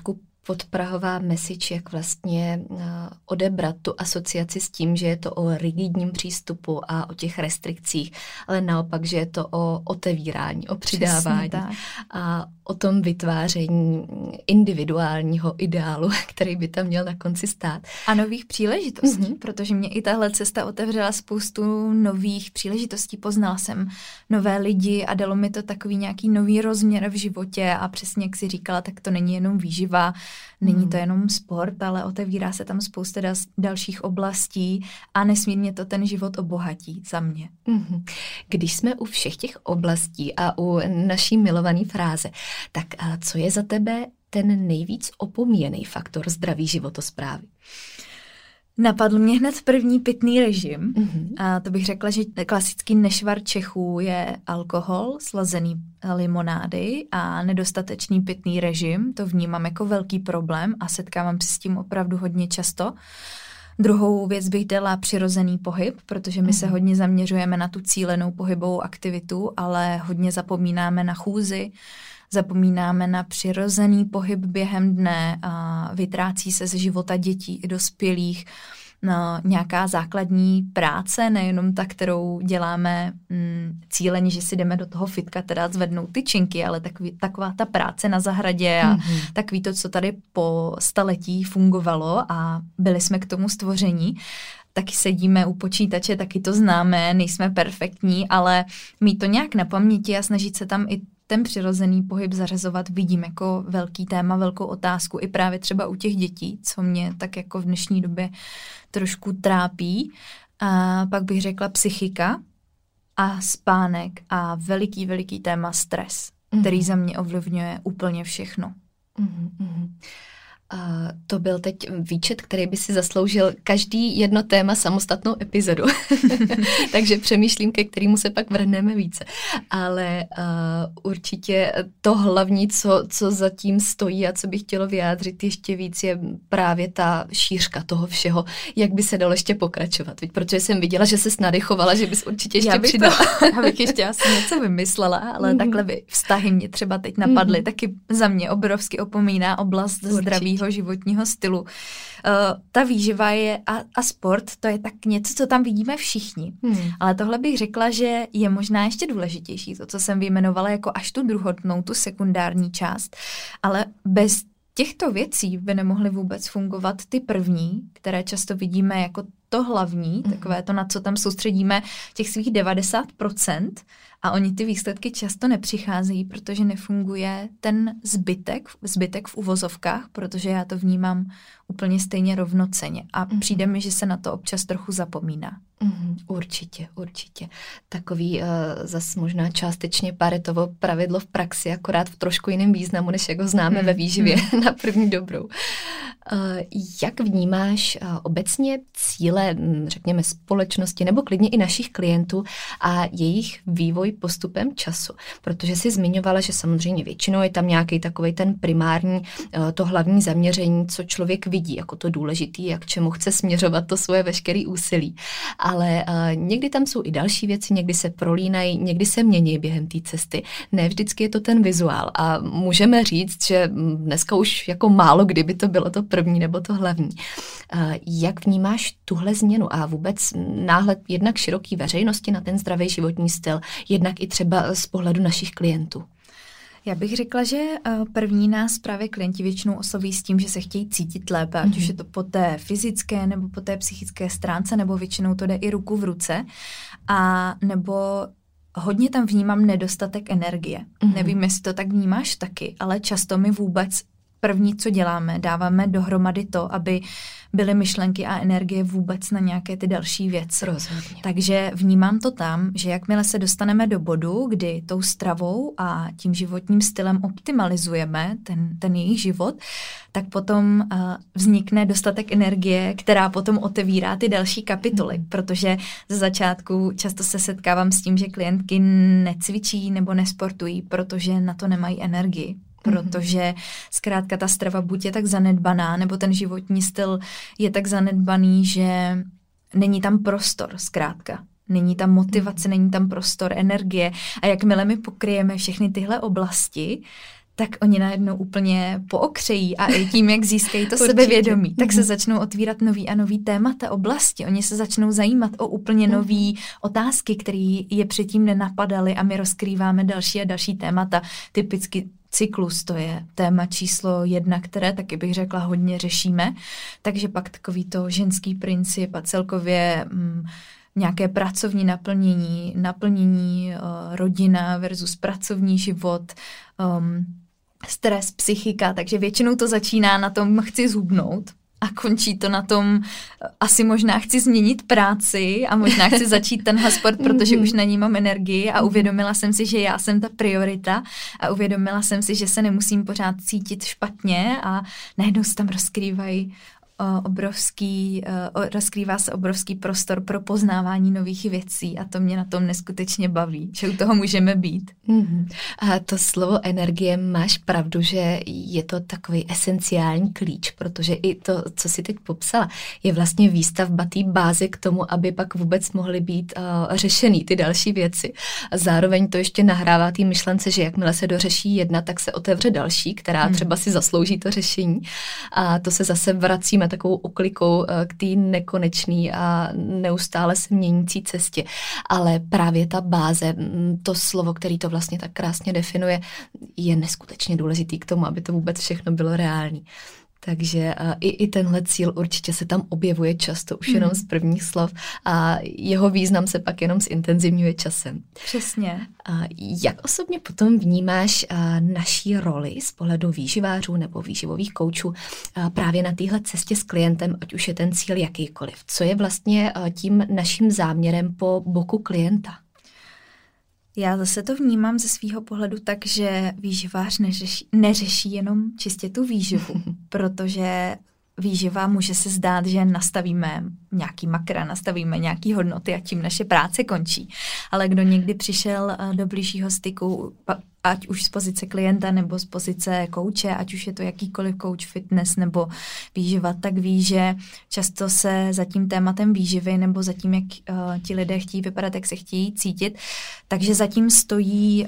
podprahová message, jak vlastně odebrat tu asociaci s tím, že je to o rigidním přístupu a o těch restrikcích, ale naopak, že je to o otevírání, o přidávání a o tom vytváření individuálního ideálu, který by tam měl na konci stát. A nových příležitostí, protože mě i tahle cesta otevřela spoustu nových příležitostí. Poznala jsem nové lidi a dalo mi to takový nějaký nový rozměr v životě a přesně jak jsi říkala, tak to není jenom výživa, není to jenom sport, ale otevírá se tam spousta dalších oblastí a nesmírně to ten život obohatí za mě. Když jsme u všech těch oblastí a u naší milované fráze, tak co je za tebe ten nejvíc opomíjený faktor zdraví životosprávy? Napadl mě hned první pitný režim. A to bych řekla, že klasický nešvar Čechů je alkohol, slazený limonády a nedostatečný pitný režim. To vnímám jako velký problém a setkávám se s tím opravdu hodně často. Druhou věc bych dala přirozený pohyb, protože my se hodně zaměřujeme na tu cílenou pohybovou aktivitu, ale hodně zapomínáme na chůzi, zapomínáme na přirozený pohyb během dne a vytrácí se ze života dětí i dospělých nějaká základní práce, nejenom ta, kterou děláme cíleně, že si jdeme do toho fitka teda zvednout tyčinky, ale taková ta práce na zahradě a takový to, co tady po staletí fungovalo a byli jsme k tomu stvoření. Taky sedíme u počítače, taky to známe, nejsme perfektní, ale mít to nějak na paměti a snažit se tam i ten přirozený pohyb zařazovat vidím jako velký téma, velkou otázku i právě třeba u těch dětí, co mě tak jako v dnešní době trošku trápí. A pak bych řekla psychika a spánek a veliký téma stres, který za mě ovlivňuje úplně všechno. To byl teď výčet, který by si zasloužil každý jedno téma samostatnou epizodu. Takže přemýšlím, ke kterému se pak vrhneme více. Ale určitě to hlavní, co zatím stojí a co bych chtělo vyjádřit ještě víc, je právě ta šířka toho všeho, jak by se dalo ještě pokračovat. Protože jsem viděla, že se nadechovala, že bys určitě ještě přidala. Abych ještě asi něco vymyslela, ale takhle by vztahy mě třeba teď napadly. Taky za mě obrovsky opomíná oblast zdravýho životního stylu. Ta výživa je a sport, to je tak něco, co tam vidíme všichni. Ale tohle bych řekla, že je možná ještě důležitější, to, co jsem vyjmenovala jako až tu druhotnou, tu sekundární část. Ale bez těchto věcí by nemohly vůbec fungovat ty první, které často vidíme jako to hlavní, takové to, na co tam soustředíme těch svých 90%, a oni ty výsledky často nepřicházejí, protože nefunguje ten zbytek v uvozovkách, protože já to vnímám úplně stejně rovnocenně a přijde mi, že se na to občas trochu zapomíná. Určitě. Takový zas možná částečně Paretovo pravidlo v praxi, akorát v trošku jiném významu, než jak ho známe ve výživě na první dobrou. Jak vnímáš obecně cíle, řekněme, společnosti nebo klidně i našich klientů a jejich vývoj postupem času? Protože jsi zmiňovala, že samozřejmě většinou je tam nějaký takovej ten primární, to hlavní zaměření, co člověk vidí jako to důležitý, jak k čemu chce směřovat to svoje veškeré úsilí. Ale někdy tam jsou i další věci, někdy se prolínají, někdy se mění během té cesty. Ne vždycky je to ten vizuál a můžeme říct, že dneska už jako málo kdyby to bylo to první nebo to hlavní. Jak vnímáš tuhle změnu a vůbec náhled jednak široký veřejnosti na ten zdravý životní styl, jednak i třeba z pohledu našich klientů? Já bych řekla, že první nás právě klienti většinou osloví s tím, že se chtějí cítit lépe, ať už je to po té fyzické nebo po té psychické stránce, nebo většinou to jde i ruku v ruce, a nebo hodně tam vnímám nedostatek energie. Nevím, jestli to tak vnímáš taky, ale často my vůbec první, co děláme, dáváme dohromady to, aby byly myšlenky a energie vůbec na nějaké ty další věci. Rozhodně. Takže vnímám to tam, že jakmile se dostaneme do bodu, kdy tou stravou a tím životním stylem optimalizujeme ten jejich život, tak potom vznikne dostatek energie, která potom otevírá ty další kapitoly, protože ze začátku často se setkávám s tím, že klientky necvičí nebo nesportují, protože na to nemají energii. Protože zkrátka ta strava buď je tak zanedbaná, nebo ten životní styl je tak zanedbaný, že není tam prostor zkrátka. Není tam motivace, není tam prostor, energie. A jakmile my pokryjeme všechny tyhle oblasti, tak oni najednou úplně pookřejí a i tím, jak získají to sebevědomí, tak se začnou otvírat nový a nový témata, oblasti. Oni se začnou zajímat o úplně nový otázky, které je předtím nenapadaly a my rozkrýváme další a další témata. Typicky cyklus, to je téma číslo 1, které taky bych řekla hodně řešíme. Takže pak takový to ženský princip a celkově nějaké pracovní naplnění rodina versus pracovní život, stres, psychika, takže většinou to začíná na tom chci zhubnout a končí to na tom asi možná chci změnit práci a možná chci začít tenhle sport, protože už na ní mám energii a uvědomila jsem si, že já jsem ta priorita a uvědomila jsem si, že se nemusím pořád cítit špatně a najednou se tam rozkrývá se obrovský prostor pro poznávání nových věcí a to mě na tom neskutečně baví, že u toho můžeme být. A to slovo energie, máš pravdu, že je to takový esenciální klíč, protože i to, co jsi teď popsala, je vlastně výstavba té báze k tomu, aby pak vůbec mohly být řešený ty další věci. A zároveň to ještě nahrává té myšlence, že jakmile se dořeší jedna, tak se otevře další, která třeba si zaslouží to řešení. A to se zase vracíme takovou oklikou k té nekonečné a neustále se měnící cestě. Ale právě ta báze, to slovo, který to vlastně tak krásně definuje, je neskutečně důležitý k tomu, aby to vůbec všechno bylo reální. Takže i tenhle cíl určitě se tam objevuje často už jenom z prvních slov a jeho význam se pak jenom zintenzivňuje časem. Přesně. Jak osobně potom vnímáš naší roli z pohledu výživářů nebo výživových koučů právě na téhle cestě s klientem, ať už je ten cíl jakýkoliv? Co je vlastně tím naším záměrem po boku klienta? Já zase to vnímám ze svého pohledu tak, že výživář neřeší jenom čistě tu výživu, protože výživa může se zdát, že nastavíme nějaký makra, nastavíme nějaký hodnoty a tím naše práce končí. Ale kdo někdy přišel do blížšího styku, ať už z pozice klienta nebo z pozice kouče, ať už je to jakýkoliv coach fitness nebo výživa, tak ví, že často se za tím tématem výživy nebo za tím, jak ti lidé chtějí vypadat, jak se chtějí cítit, takže zatím stojí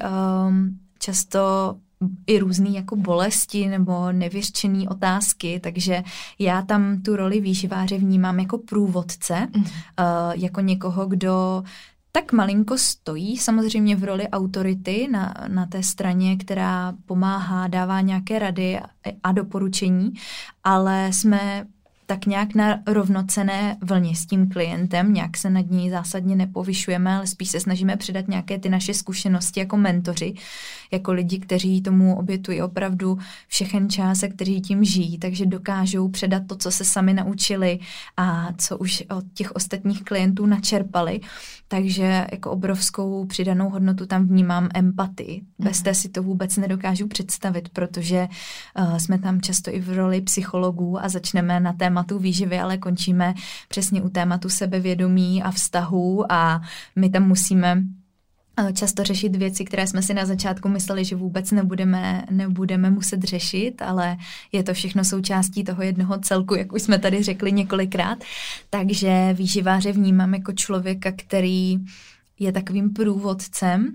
často i různý jako bolesti nebo nevyřčený otázky, takže já tam tu roli výživáře vnímám jako průvodce, jako někoho, kdo tak malinko stojí, samozřejmě v roli autority na té straně, která pomáhá, dává nějaké rady a doporučení, ale jsme tak nějak na rovnocenné vlně s tím klientem, nějak se nad ní zásadně nepovyšujeme, ale spíš se snažíme předat nějaké ty naše zkušenosti jako mentoři, jako lidi, kteří tomu obětují opravdu všechen čas a kteří tím žijí, takže dokážou předat to, co se sami naučili a co už od těch ostatních klientů načerpali. Takže jako obrovskou přidanou hodnotu tam vnímám empatii. Bez té si to vůbec nedokážu představit, protože jsme tam často i v roli psychologů a začneme na tématu výživy, ale končíme přesně u tématu sebevědomí a vztahu a my tam musíme často řešit věci, které jsme si na začátku mysleli, že vůbec nebudeme muset řešit, ale je to všechno součástí toho jednoho celku, jak už jsme tady řekli několikrát. Takže výživáře vnímám jako člověka, který je takovým průvodcem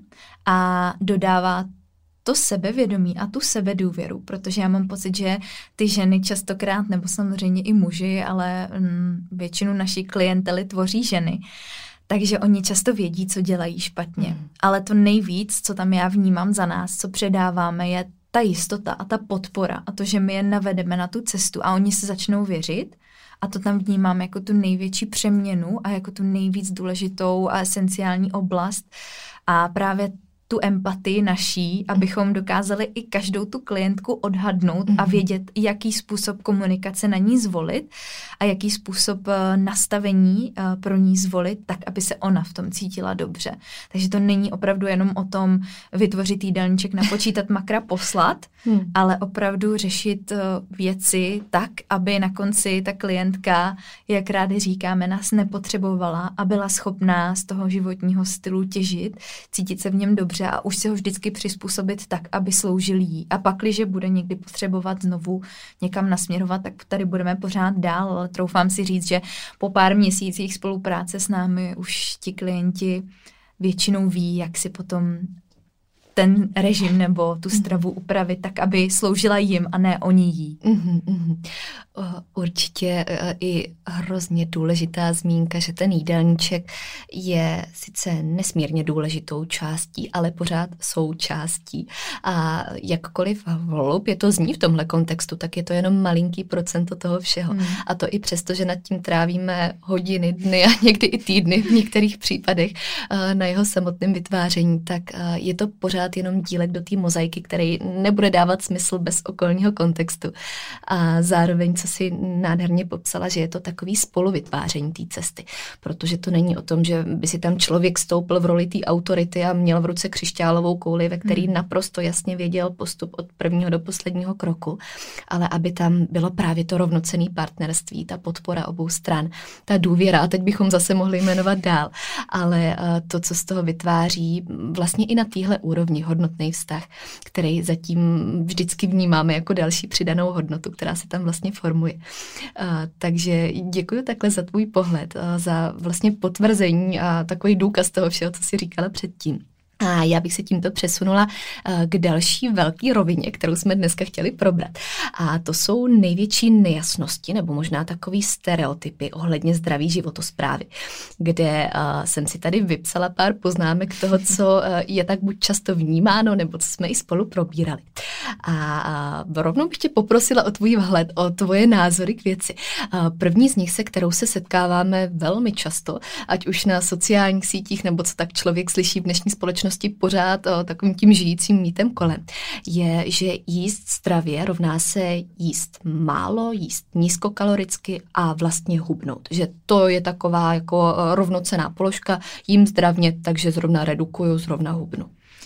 a dodává to sebevědomí a tu sebedůvěru, protože já mám pocit, že ty ženy častokrát, nebo samozřejmě i muži, ale většinu naší klientely tvoří ženy, takže oni často vědí, co dělají špatně. Ale to nejvíc, co tam já vnímám za nás, co předáváme, je ta jistota a ta podpora a to, že my je navedeme na tu cestu a oni se začnou věřit a to tam vnímám jako tu největší přeměnu a jako tu nejvíc důležitou a esenciální oblast a právě tu empatii naší, abychom dokázali i každou tu klientku odhadnout a vědět, jaký způsob komunikace na ní zvolit a jaký způsob nastavení pro ní zvolit, tak, aby se ona v tom cítila dobře. Takže to není opravdu jenom o tom vytvořit jídelníček, napočítat makra, poslat, ale opravdu řešit věci tak, aby na konci ta klientka, jak rádi říkáme, nás nepotřebovala a byla schopná z toho životního stylu těžit, cítit se v něm dobře a už se ho vždycky přizpůsobit tak, aby sloužil jí. A pak, když bude někdy potřebovat znovu někam nasměrovat, tak tady budeme pořád dál, ale troufám si říct, že po pár měsících spolupráce s námi už ti klienti většinou ví, jak si potom ten režim nebo tu stravu upravit tak, aby sloužila jim a ne oni jí. Určitě i hrozně důležitá zmínka, že ten jídelníček je sice nesmírně důležitou částí, ale pořád součástí. A jakkoliv hloupě to zní v tomhle kontextu, tak je to jenom malinký procento toho všeho. A to i přesto, že nad tím trávíme hodiny, dny a někdy i týdny v některých případech na jeho samotném vytváření, tak je to pořád jenom dílek do té mozaiky, který nebude dávat smysl bez okolního kontextu. A zároveň, co si nádherně popsala, že je to takový spoluvytváření té cesty, protože to není o tom, že by si tam člověk stoupil v roli té autority a měl v ruce křišťálovou kouli, ve který naprosto jasně věděl postup od prvního do posledního kroku, ale aby tam bylo právě to rovnocenné partnerství, ta podpora obou stran, ta důvěra, a teď bychom zase mohli jmenovat dál, ale to, co z toho vytváří vlastně i na téhle úrovni hodnotný vztah, který zatím vždycky vnímáme jako další přidanou hodnotu, která se tam vlastně formuje. Takže děkuji takhle za tvůj pohled, za vlastně potvrzení a takový důkaz toho všeho, co jsi říkala předtím. A já bych se tímto přesunula k další velké rovině, kterou jsme dneska chtěli probrat. A to jsou největší nejasnosti, nebo možná takový stereotypy ohledně zdraví životosprávy, kde jsem si tady vypsala pár poznámek toho, co je tak buď často vnímáno, nebo co jsme i spolu probírali. A rovnou bych tě poprosila o tvůj vhled, o tvoje názory k věci. První z nich, se kterou se setkáváme velmi často, ať už na sociálních sítích, nebo co tak člověk slyší v dnešní společnosti pořád takovým tím žijícím mýtem kolem, je, že jíst zdravě rovná se jíst málo, jíst nízkokaloricky a vlastně hubnout. Že to je taková jako rovnocenná položka, jím zdravně, takže zrovna redukuju, zrovna hubnu.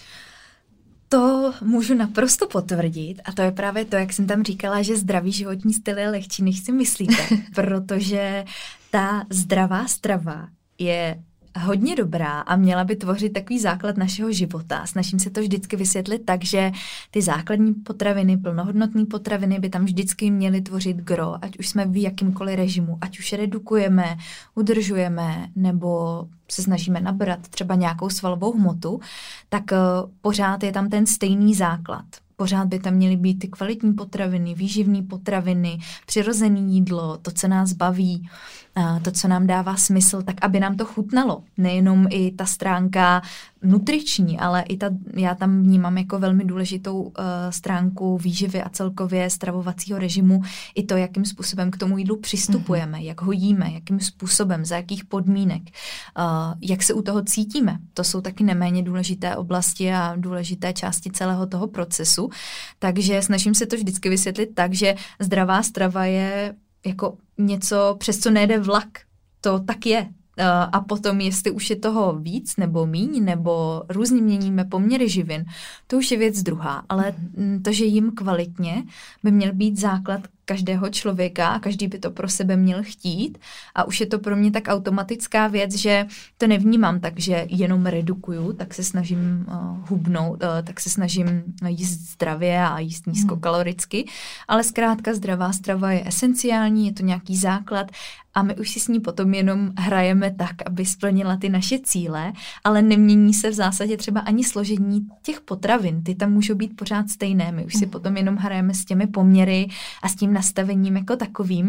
To můžu naprosto potvrdit a to je právě to, jak jsem tam říkala, že zdravý životní styl je lehčí, než si myslíte, protože ta zdravá strava je hodně dobrá a měla by tvořit takový základ našeho života. Snažím se to vždycky vysvětlit tak, že ty základní potraviny, plnohodnotné potraviny by tam vždycky měly tvořit gro, ať už jsme v jakýmkoliv režimu, ať už redukujeme, udržujeme nebo se snažíme nabrat třeba nějakou svalovou hmotu, tak pořád je tam ten stejný základ. Pořád by tam měly být ty kvalitní potraviny, výživné potraviny, přirozené jídlo, to, co nás baví, to, co nám dává smysl, tak aby nám to chutnalo. Nejenom i ta stránka nutriční, ale i já tam vnímám jako velmi důležitou stránku výživy a celkově stravovacího režimu i to, jakým způsobem k tomu jídlu přistupujeme, jak ho jíme, jakým způsobem, za jakých podmínek, jak se u toho cítíme. To jsou taky neméně důležité oblasti a důležité části celého toho procesu. Takže snažím se to vždycky vysvětlit tak, že zdravá strava je jako něco, přes co nejde vlak. To tak je. A potom, jestli už je toho víc nebo míň, nebo různě měníme poměry živin, to už je věc druhá. Ale to, že jím kvalitně, by měl být základ každého člověka a každý by to pro sebe měl chtít. A už je to pro mě tak automatická věc, že to nevnímám tak, že jenom redukuju, tak se snažím hubnout, tak se snažím jíst zdravě a jíst nízkokaloricky, ale zkrátka zdravá strava je esenciální, je to nějaký základ a my už si s ní potom jenom hrajeme tak, aby splnila ty naše cíle, ale nemění se v zásadě třeba ani složení těch potravin. Ty tam můžou být pořád stejné. My už si potom jenom hrajeme s těmi poměry a s tím nastavením jako takovým.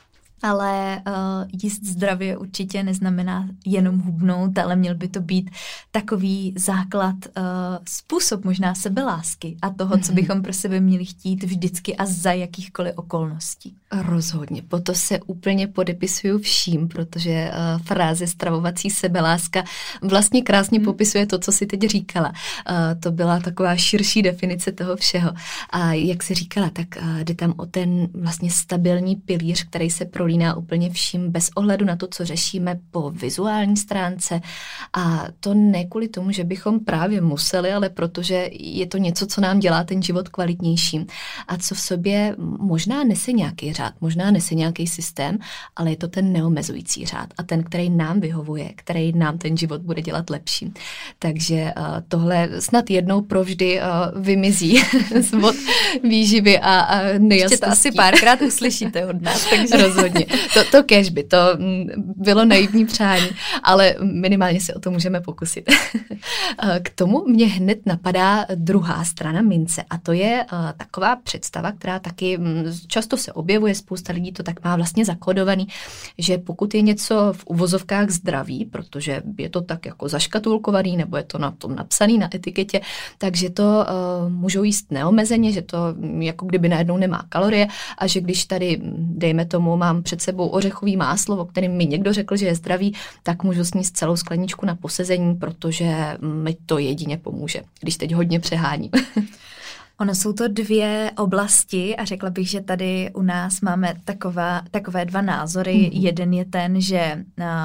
Ale jíst zdravě určitě neznamená jenom hubnout, ale měl by to být takový základ, způsob možná sebelásky a toho, co bychom pro sebe měli chtít vždycky a za jakýchkoliv okolností. Rozhodně, po to se úplně podepisuju vším, protože fráze stravovací sebeláska vlastně krásně popisuje to, co si teď říkala. To byla taková širší definice toho všeho. A jak jsi říkala, tak jde tam o ten vlastně stabilní pilíř, který se prolíná úplně vším bez ohledu na to, co řešíme po vizuální stránce. A to ne kvůli tomu, že bychom právě museli, ale protože je to něco, co nám dělá ten život kvalitnějším a co v sobě možná nese nějaký řád, možná nese nějaký systém, ale je to ten neomezující řád a ten, který nám vyhovuje, který nám ten život bude dělat lepším. Takže tohle snad jednou provždy vymizí z vod výživy a nejasností. Ještě to asi párkrát uslyšíte od nás. Takže rozhodně. rozhodně. To kéž by, to bylo naivní přání, ale minimálně se o to můžeme pokusit. K tomu mě hned napadá druhá strana mince a to je taková představa, která taky často se objevuje, spousta lidí to tak má vlastně zakódovaný, že pokud je něco v uvozovkách zdraví, protože je to tak jako zaškatulkovaný nebo je to na tom napsaný na etiketě, takže to můžou jíst neomezeně, že to jako kdyby najednou nemá kalorie a že když tady, dejme tomu, mám před sebou ořechový máslo, o kterém mi někdo řekl, že je zdravý, tak můžu sníst celou skleničku na posezení, protože mi to jedině pomůže, když teď hodně přeháním. Ono jsou to dvě oblasti a řekla bych, že tady u nás máme takové dva názory. Jeden je ten, že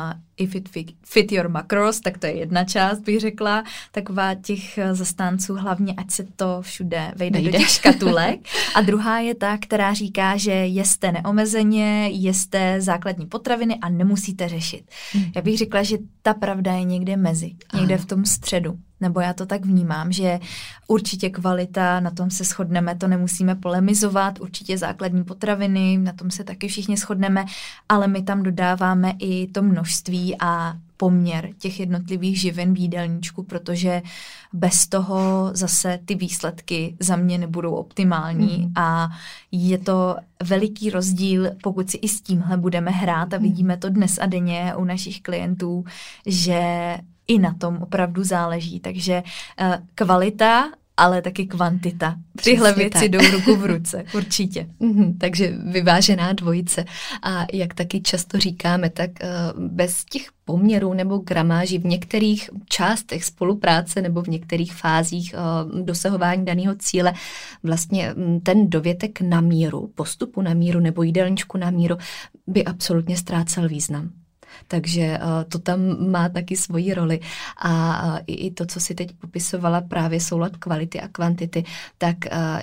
if it fit your macros, tak to je jedna část, bych řekla, taková těch zastánců, hlavně ať se to všude vejde do těch škatulek. A druhá je ta, která říká, že jeste neomezeně, jeste základní potraviny a nemusíte řešit. Já bych řekla, že ta pravda je někde mezi, někde v tom středu. Nebo já to tak vnímám, že určitě kvalita, na tom se shodneme, to nemusíme polemizovat, určitě základní potraviny, na tom se taky všichni shodneme, ale my tam dodáváme i to množství a poměr těch jednotlivých živin v jídelníčku, protože bez toho zase ty výsledky za mě nebudou optimální a je to veliký rozdíl, pokud si i s tímhle budeme hrát a vidíme to dnes a denně u našich klientů, že i na tom opravdu záleží. Takže kvalita, ale taky kvantita. Tyhle věci jdou ruku v ruce, určitě. Takže vyvážená dvojice. A jak taky často říkáme, tak bez těch poměrů nebo gramáží v některých částech spolupráce nebo v některých fázích dosahování daného cíle vlastně ten dovětek na míru, postupu na míru nebo jídelníčku na míru by absolutně ztrácel význam. Takže to tam má taky svoji roli a i to, co si teď popisovala, právě soulad kvality a kvantity, tak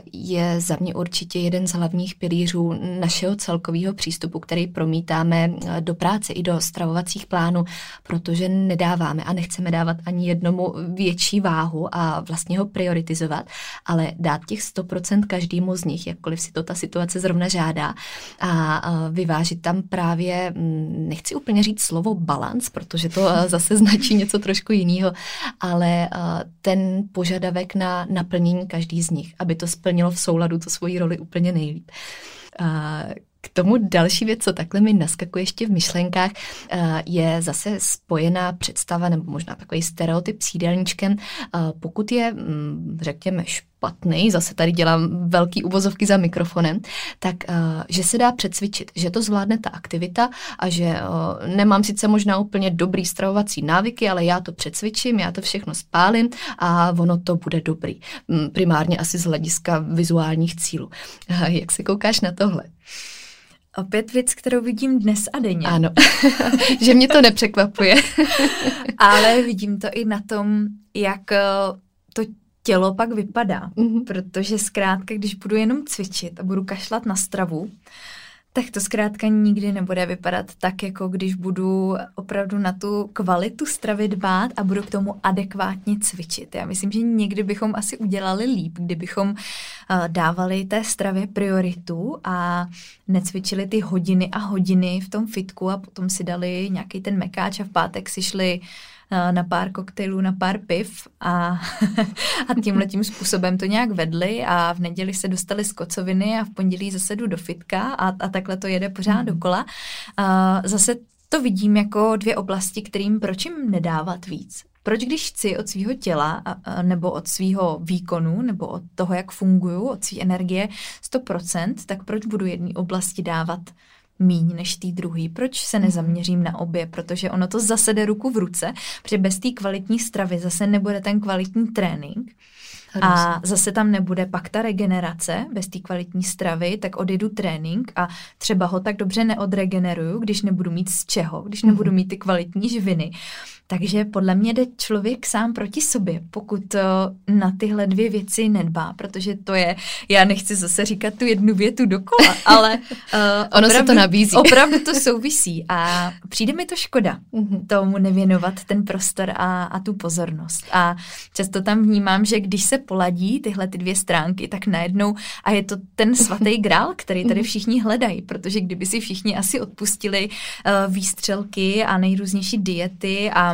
je za mě určitě jeden z hlavních pilířů našeho celkového přístupu, který promítáme do práce i do stravovacích plánů, protože nedáváme a nechceme dávat ani jednomu větší váhu a vlastně ho prioritizovat, ale dát těch 100% každému z nich, jakkoliv si to ta situace zrovna žádá a vyvážit tam právě, nechci úplně říct slovo balans, protože to zase značí něco trošku jiného, ale ten požadavek na naplnění každý z nich, aby to splnilo v souladu tu svoji roli úplně nejlíp. K tomu další věc, co takhle mi naskakuje ještě v myšlenkách, je zase spojená představa nebo možná takový stereotyp s jídelníčkem. Pokud je, řekněme, špatný, zase tady dělám velký uvozovky za mikrofonem, tak že se dá přecvičit, že to zvládne ta aktivita a že nemám sice možná úplně dobrý stravovací návyky, ale já to přecvičím, já to všechno spálím a ono to bude dobrý. Primárně asi z hlediska vizuálních cílů. Jak se koukáš na tohle? Opět věc, kterou vidím dnes a denně. Ano, že mě to nepřekvapuje. Ale vidím to i na tom, jak to tělo pak vypadá. Protože zkrátka, když budu jenom cvičit a budu kašlat na stravu, tak to zkrátka nikdy nebude vypadat tak, jako když budu opravdu na tu kvalitu stravy dbát a budu k tomu adekvátně cvičit. Já myslím, že někdy bychom asi udělali líp, kdybychom dávali té stravě prioritu a necvičili ty hodiny a hodiny v tom fitku a potom si dali nějaký ten mekáč a v pátek si šli na pár koktejlů, na pár piv a tímhletím způsobem to nějak vedli a v neděli se dostali z kocoviny a v pondělí zase jdu do fitka a takhle to jede pořád dokola. Zase to vidím jako dvě oblasti, kterým proč jim nedávat víc. Proč když chci od svého těla nebo od svého výkonu nebo od toho, jak funguju, od své energie 100%, tak proč budu jedné oblasti dávat míň než tý druhý. Proč se nezaměřím na obě? Protože ono to zase jde ruku v ruce, protože bez té kvalitní stravy zase nebude ten kvalitní trénink a zase tam nebude pak ta regenerace. Bez té kvalitní stravy, tak odjedu trénink a třeba ho tak dobře neodregeneruju, když nebudu mít z čeho, když nebudu mít ty kvalitní živiny. Takže podle mě jde člověk sám proti sobě, pokud na tyhle dvě věci nedbá, protože to je, já nechci zase říkat tu jednu větu dokola, ale ono se to nabízí. Opravdu to souvisí a přijde mi to škoda tomu nevěnovat ten prostor a tu pozornost. A často tam vnímám, že když se poladí tyhle ty 2 stránky, tak najednou a je to ten svatý grál, který tady všichni hledají, protože kdyby si všichni asi odpustili výstřelky a nejrůznější diety a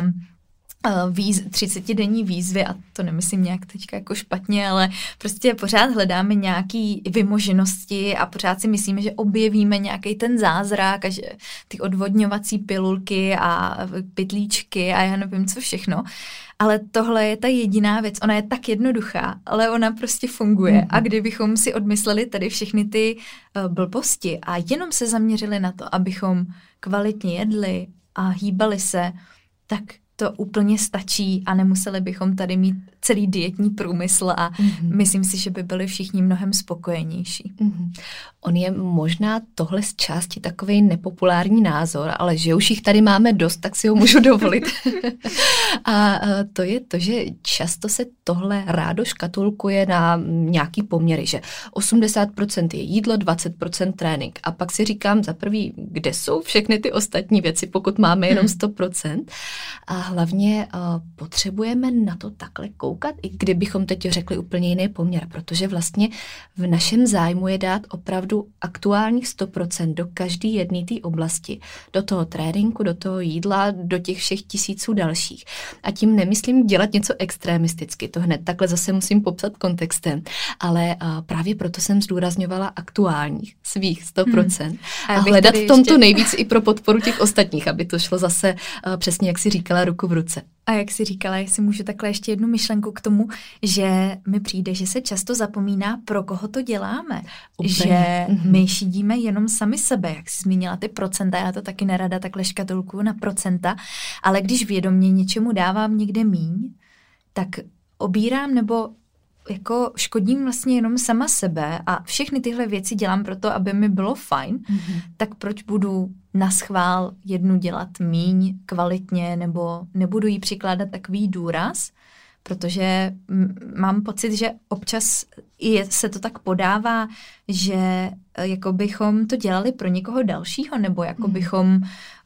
30denní výzvy, a to nemyslím nějak teďka jako špatně, ale prostě pořád hledáme nějaký vymoženosti a pořád si myslíme, že objevíme nějaký ten zázrak a že ty odvodňovací pilulky a pytlíčky a já nevím co všechno. Ale tohle je ta jediná věc, ona je tak jednoduchá, ale ona prostě funguje. A kdybychom si odmysleli tady všechny ty blbosti a jenom se zaměřili na to, abychom kvalitně jedli a hýbali se, tak to úplně stačí a nemuseli bychom tady mít celý dietní průmysl a myslím si, že by byli všichni mnohem spokojenější. On je možná tohle z části takovej nepopulární názor, ale že už jich tady máme dost, tak si ho můžu dovolit. A to je to, že často se tohle rádo škatulkuje na nějaký poměry, že 80% je jídlo, 20% trénink. A pak si říkám za prvý, kde jsou všechny ty ostatní věci, pokud máme jenom 100%. A hlavně potřebujeme na to takhle koukat, i kdybychom teď řekli úplně jiný poměr, protože vlastně v našem zájmu je dát opravdu aktuálních 100% do každé jedné té oblasti, do toho tréninku, do toho jídla, do těch všech tisíců dalších. A tím nemyslím dělat něco extremisticky, to hned takhle zase musím popsat kontextem, ale právě proto jsem zdůrazňovala aktuálních svých 100% a hledat v tomto nejvíc i pro podporu těch ostatních, aby to šlo zase přesně, jak si říkala, ruku v ruce. A jak jsi říkala, jestli můžu takhle ještě jednu myšlenku k tomu, že mi přijde, že se často zapomíná, pro koho to děláme. Úplně. Že my šidíme jenom sami sebe, jak jsi zmínila ty procenta, já to taky nerada takhle škatulkuju na procenta, ale když vědomě něčemu dávám někde míň, tak obírám nebo jako škodím vlastně jenom sama sebe a všechny tyhle věci dělám proto, aby mi bylo fajn, tak proč budu naschvál jednu dělat míň kvalitně nebo nebudu jí přikládat takový důraz, protože mám pocit, že občas se to tak podává, že jako bychom to dělali pro někoho dalšího nebo jako bychom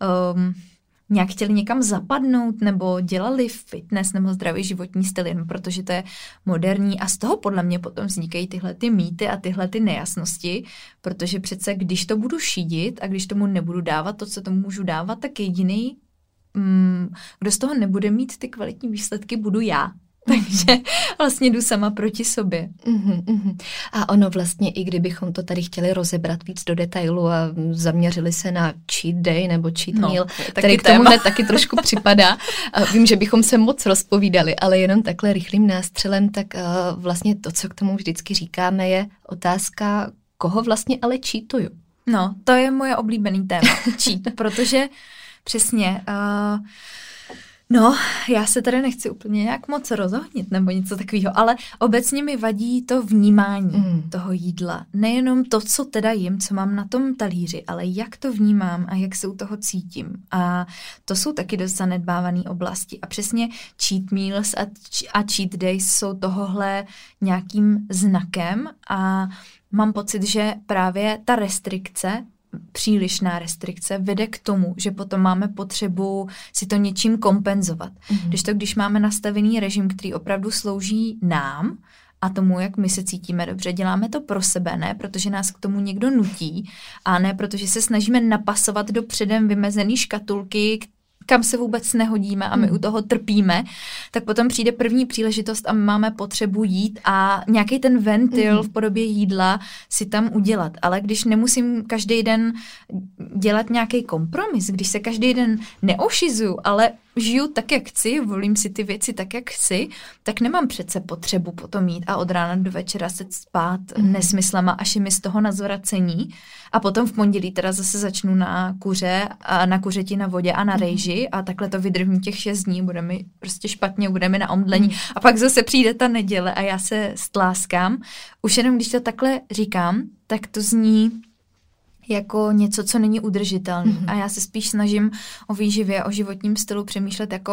nějak chtěli někam zapadnout nebo dělali fitness nebo zdravý životní styl, jen protože to je moderní a z toho podle mě potom vznikají tyhle ty mýty a tyhle ty nejasnosti, protože přece když to budu šídit a když tomu nebudu dávat to, co tomu můžu dávat, tak jediný, kdo z toho nebude mít ty kvalitní výsledky, budu já. Takže vlastně jdu sama proti sobě. A ono vlastně, i kdybychom to tady chtěli rozebrat víc do detailu a zaměřili se na cheat day nebo cheat meal, který k tomu hned taky trošku připadá. Vím, že bychom se moc rozpovídali, ale jenom takhle rychlým nástřelem, tak vlastně to, co k tomu vždycky říkáme, je otázka, koho vlastně ale cheatuju. No, to je moje oblíbený téma, cheat, protože přesně... No, já se tady nechci úplně nějak moc rozohnit nebo něco takového, ale obecně mi vadí to vnímání toho jídla. Nejenom to, co teda jím, co mám na tom talíři, ale jak to vnímám a jak se u toho cítím. A to jsou taky dost zanedbávané oblasti. A přesně cheat meals a cheat days jsou tohohle nějakým znakem a mám pocit, že právě ta restrikce, přílišná restrikce vede k tomu, že potom máme potřebu si to něčím kompenzovat. Když máme nastavený režim, který opravdu slouží nám a tomu, jak my se cítíme dobře, děláme to pro sebe, ne protože nás k tomu někdo nutí a ne protože se snažíme napasovat do předem vymezený škatulky, kam se vůbec nehodíme a my u toho trpíme, tak potom přijde první příležitost a my máme potřebu jít a nějaký ten ventil v podobě jídla si tam udělat. Ale když nemusím každý den dělat nějaký kompromis, když se každý den neošizuju, ale žiju tak, jak chci, volím si ty věci tak, jak chci, tak nemám přece potřebu potom jít a od rána do večera se spát nesmyslama, až je mi z toho na zvracení. A potom v pondělí teda zase začnu na kuře a na kuřeti na vodě a na rejži a takhle to vydržím těch 6 dní, bude mi prostě špatně, bude mi na omdlení a pak zase přijde ta neděle a já se stláskám. Už jenom když to takhle říkám, tak to zní jako něco, co není udržitelné. A já se spíš snažím o výživě, o životním stylu přemýšlet jako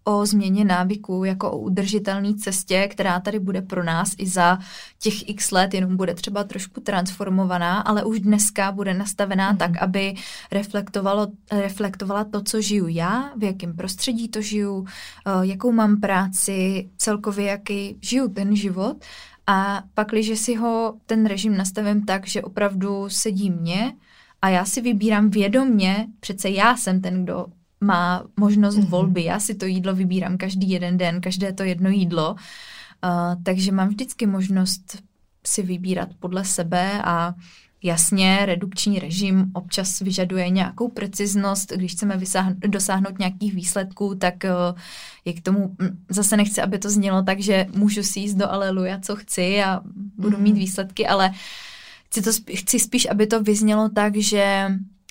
o změně návyků, jako o udržitelné cestě, která tady bude pro nás i za těch x let, jenom bude třeba trošku transformovaná, ale už dneska bude nastavená tak, aby reflektovala to, co žiju já, v jakém prostředí to žiju, jakou mám práci, celkově jaký žiju ten život. A pak, když si ten režim nastavím tak, že opravdu sedí mě a já si vybírám vědomně, přece já jsem ten, kdo má možnost volby, já si to jídlo vybírám každý jeden den, každé to jedno jídlo, takže mám vždycky možnost si vybírat podle sebe a jasně, redukční režim občas vyžaduje nějakou preciznost, když chceme dosáhnout nějakých výsledků, tak je k tomu, zase nechci, aby to znělo tak, že můžu si jíst do aleluja, co chci a budu mít výsledky, ale chci spíš, aby to vyznělo tak, že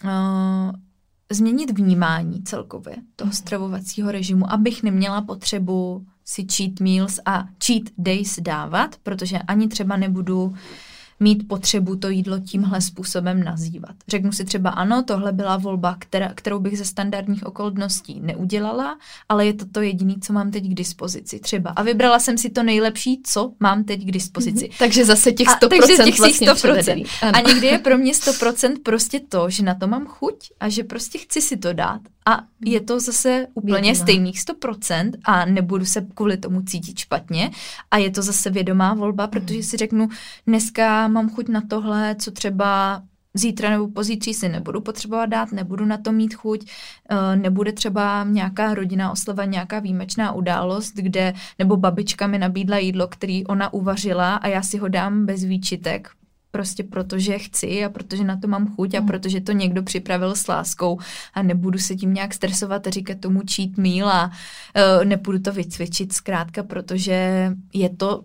změnit vnímání celkově toho stravovacího režimu, abych neměla potřebu si cheat meals a cheat days dávat, protože ani třeba nebudu mít potřebu to jídlo tímhle způsobem nazývat. Řeknu si třeba ano, tohle byla volba, kterou bych ze standardních okolností neudělala, ale je to jediné, co mám teď k dispozici třeba. A vybrala jsem si to nejlepší, co mám teď k dispozici. Takže zase těch 100% vlastně 100%. A někdy je pro mě 100% prostě to, že na to mám chuť a že prostě chci si to dát. A je to zase úplně stejných 100% a nebudu se kvůli tomu cítit špatně. A je to zase vědomá volba, protože si řeknu, dneska mám chuť na tohle, co třeba zítra nebo pozítří si nebudu potřebovat dát, nebudu na to mít chuť, nebude třeba nějaká rodinná oslava, nějaká výjimečná událost, kde, nebo babička mi nabídla jídlo, který ona uvařila a já si ho dám bez výčitek, prostě protože chci a protože na to mám chuť a protože to někdo připravil s láskou a nebudu se tím nějak stresovat a říkat tomu cheat meal a nepůjdu to vycvičit zkrátka, protože je to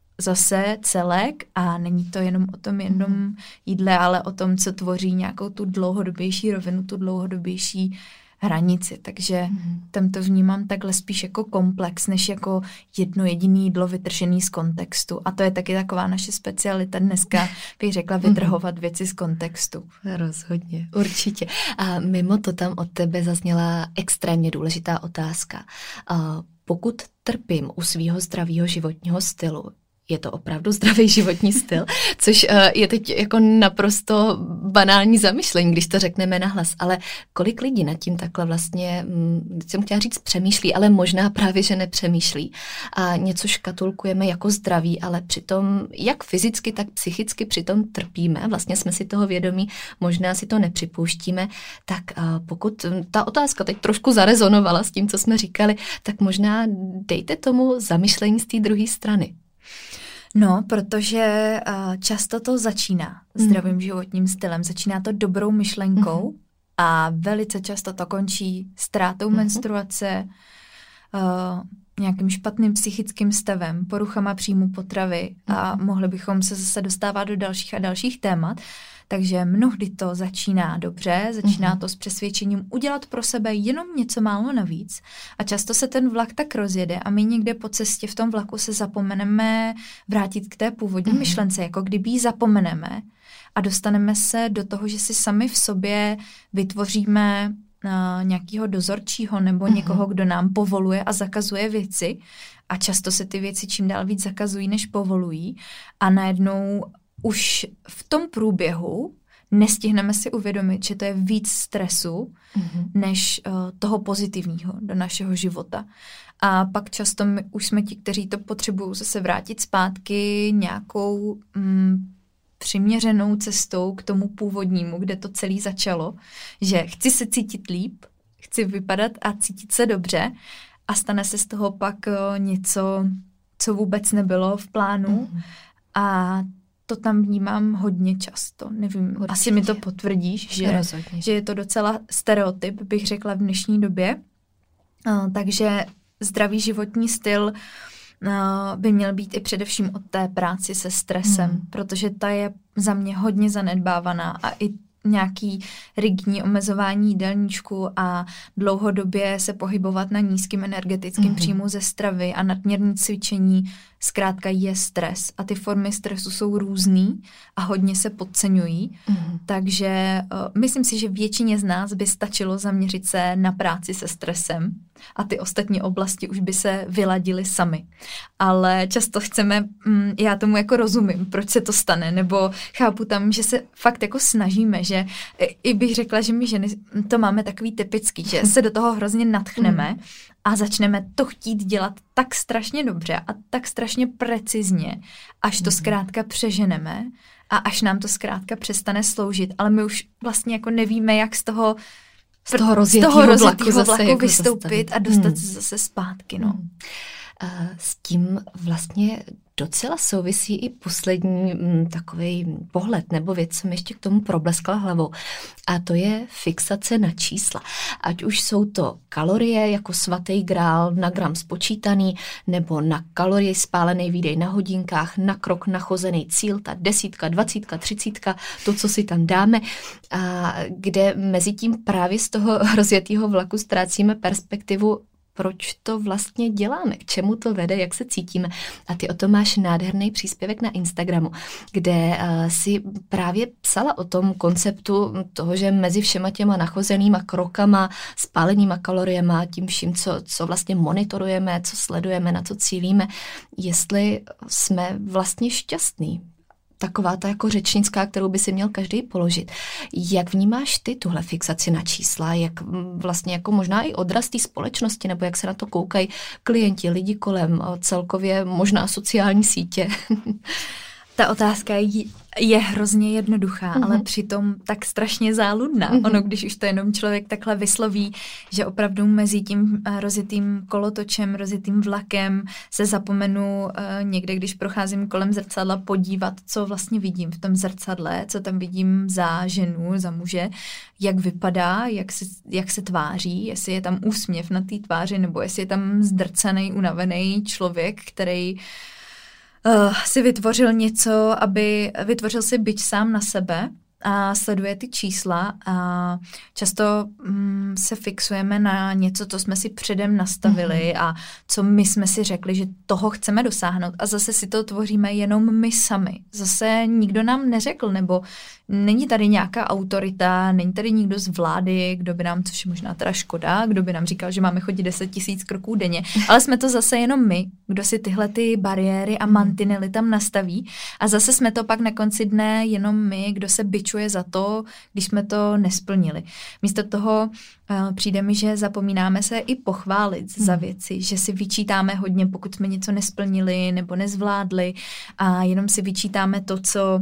zase celek a není to jenom o tom jednom jídle, ale o tom, co tvoří nějakou tu dlouhodobější rovinu, tu dlouhodobější hranici. Takže tam to vnímám takhle spíš jako komplex, než jako jedno jediné jídlo vytržené z kontextu. A to je taky taková naše specialita dneska, bych řekla, vytrhovat věci z kontextu. Rozhodně, určitě. A mimo to tam od tebe zazněla extrémně důležitá otázka. Pokud trpím u svého zdravého životního stylu, je to opravdu zdravý životní styl, což je teď jako naprosto banální zamyšlení, když to řekneme nahlas, ale kolik lidí nad tím takhle vlastně, jsem chtěla říct přemýšlí, ale možná právě, že nepřemýšlí. A něco škatulkujeme jako zdraví, ale přitom jak fyzicky, tak psychicky přitom trpíme, vlastně jsme si toho vědomí, možná si to nepřipouštíme, tak pokud ta otázka teď trošku zarezonovala s tím, co jsme říkali, tak možná dejte tomu zamyšlení z té druhé strany. No, protože často to začíná zdravým životním stylem, začíná to dobrou myšlenkou a velice často to končí ztrátou menstruace, nějakým špatným psychickým stavem, poruchama příjmu potravy a mohli bychom se zase dostávat do dalších a dalších témat. Takže mnohdy to začíná dobře, začíná to s přesvědčením udělat pro sebe jenom něco málo navíc a často se ten vlak tak rozjede a my někde po cestě v tom vlaku se zapomeneme vrátit k té původní myšlence, jako kdyby ji zapomeneme a dostaneme se do toho, že si sami v sobě vytvoříme nějakého dozorčího nebo někoho, kdo nám povoluje a zakazuje věci a často se ty věci čím dál víc zakazují, než povolují a najednou už v tom průběhu nestihneme si uvědomit, že to je víc stresu, než toho pozitivního do našeho života. A pak často my už jsme ti, kteří to potřebují zase vrátit zpátky nějakou přiměřenou cestou k tomu původnímu, kde to celé začalo, že chci se cítit líp, chci vypadat a cítit se dobře a stane se z toho pak něco, co vůbec nebylo v plánu a to tam vnímám hodně často. Nevím, určitě. Asi mi to potvrdíš, že je to docela stereotyp, bych řekla v dnešní době. Takže zdravý životní styl by měl být i především od té práci se stresem, protože ta je za mě hodně zanedbávaná a i nějaký rigidní omezování jídelníčku a dlouhodobě se pohybovat na nízkém energetickém příjmu ze stravy a nadměrné cvičení zkrátka je stres a ty formy stresu jsou různý a hodně se podceňují, takže myslím si, že většině z nás by stačilo zaměřit se na práci se stresem a ty ostatní oblasti už by se vyladily sami. Ale často chceme, já tomu jako rozumím, proč se to stane, nebo chápu tam, že se fakt jako snažíme, že i bych řekla, že my ženy to máme takový typický, že se do toho hrozně nadchneme a začneme to chtít dělat tak strašně dobře a tak strašně precizně, až to zkrátka přeženeme a až nám to zkrátka přestane sloužit, ale my už vlastně jako nevíme, jak z toho rozjetýho vlaku vystoupit a dostat se zase zpátky. No. S tím vlastně docela souvisí i poslední takový pohled nebo věc, co mi ještě k tomu probleskla hlavou. A to je fixace na čísla. Ať už jsou to kalorie jako svatý grál na gram spočítaný, nebo na kalorie spálený výdej na hodinkách, na krok nachozený cíl, ta 10, 20, 30, to, co si tam dáme, a kde mezi tím právě z toho rozjetého vlaku ztrácíme perspektivu, proč to vlastně děláme, k čemu to vede, jak se cítíme. A ty o tom máš nádherný příspěvek na Instagramu, kde si právě psala o tom konceptu toho, že mezi všema těma nachozenýma krokama, spálenýma kaloriema, tím vším, co vlastně monitorujeme, co sledujeme, na co cílíme, jestli jsme vlastně šťastní. Taková ta jako řečnická, kterou by si měl každý položit. Jak vnímáš ty tuhle fixaci na čísla? Jak vlastně jako možná i odraz té společnosti, nebo jak se na to koukají klienti, lidi kolem, celkově možná sociální sítě? Ta otázka je hrozně jednoduchá, ale přitom tak strašně záludná. Ono, když už to jenom člověk takhle vysloví, že opravdu mezi tím rozjetým kolotočem, rozjetým vlakem se zapomenu někde, když procházím kolem zrcadla, podívat, co vlastně vidím v tom zrcadle, co tam vidím za ženu, za muže, jak vypadá, jak se tváří, jestli je tam úsměv na té tváři, nebo jestli je tam zdrcený, unavený člověk, který si vytvořil něco, aby vytvořil si bič sám na sebe a sleduje ty čísla a často se fixujeme na něco, co jsme si předem nastavili a co my jsme si řekli, že toho chceme dosáhnout a zase si to tvoříme jenom my sami. Zase nikdo nám neřekl, nebo není tady nějaká autorita, není tady nikdo z vlády, kdo by nám, což je možná teda škoda, kdo by nám říkal, že máme chodit 10 000 kroků denně, ale jsme to zase jenom my, kdo si tyhle ty bariéry a mantinely tam nastaví a zase jsme to pak na konci dne jenom my, kdo se bičuje za to, když jsme to nesplnili. Místo toho přijde mi, že zapomínáme se i pochválit za věci, že si vyčítáme hodně, pokud jsme něco nesplnili nebo nezvládli a jenom si vyčítáme to, co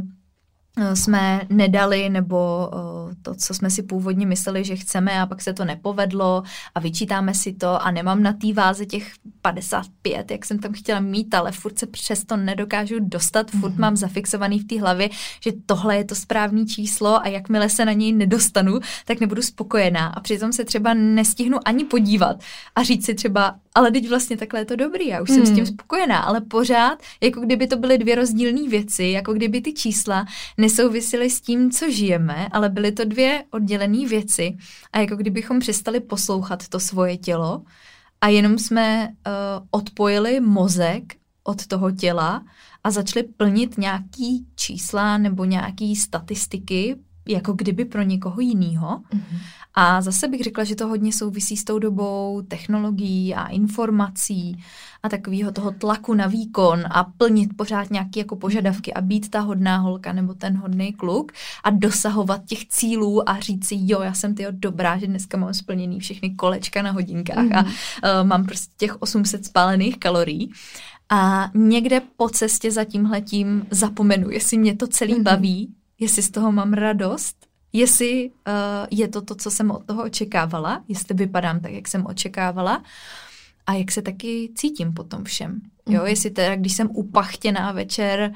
jsme nedali, nebo to, co jsme si původně mysleli, že chceme a pak se to nepovedlo a vyčítáme si to a nemám na té váze těch 55, jak jsem tam chtěla mít, ale furt se přesto nedokážu dostat, furt mám zafixovaný v té hlavě, že tohle je to správné číslo a jakmile se na něj nedostanu, tak nebudu spokojená a přitom se třeba nestihnu ani podívat a říct si třeba, ale teď vlastně takhle je to dobrý, já už jsem s tím spokojená, ale pořád, jako kdyby to byly dvě rozdílné věci, jako kdyby ty čísla nesouvisely s tím, co žijeme, ale byly to dvě oddělené věci a jako kdybychom přestali poslouchat to svoje tělo a jenom jsme odpojili mozek od toho těla a začali plnit nějaký čísla nebo nějaký statistiky, jako kdyby pro někoho jinýho. A zase bych řekla, že to hodně souvisí s tou dobou technologií a informací a takového toho tlaku na výkon a plnit pořád nějaké jako požadavky a být ta hodná holka nebo ten hodný kluk a dosahovat těch cílů a říct si, jo, já jsem dobrá, že dneska mám splněný všechny kolečka na hodinkách a mám prostě těch 800 spálených kalorií. A někde po cestě za tímhletím zapomenu, jestli mě to celý baví, jestli z toho mám radost, jestli je to, co jsem od toho očekávala, jestli vypadám tak, jak jsem očekávala a jak se taky cítím po tom všem. Jo, jestli teda, když jsem upachtěná večer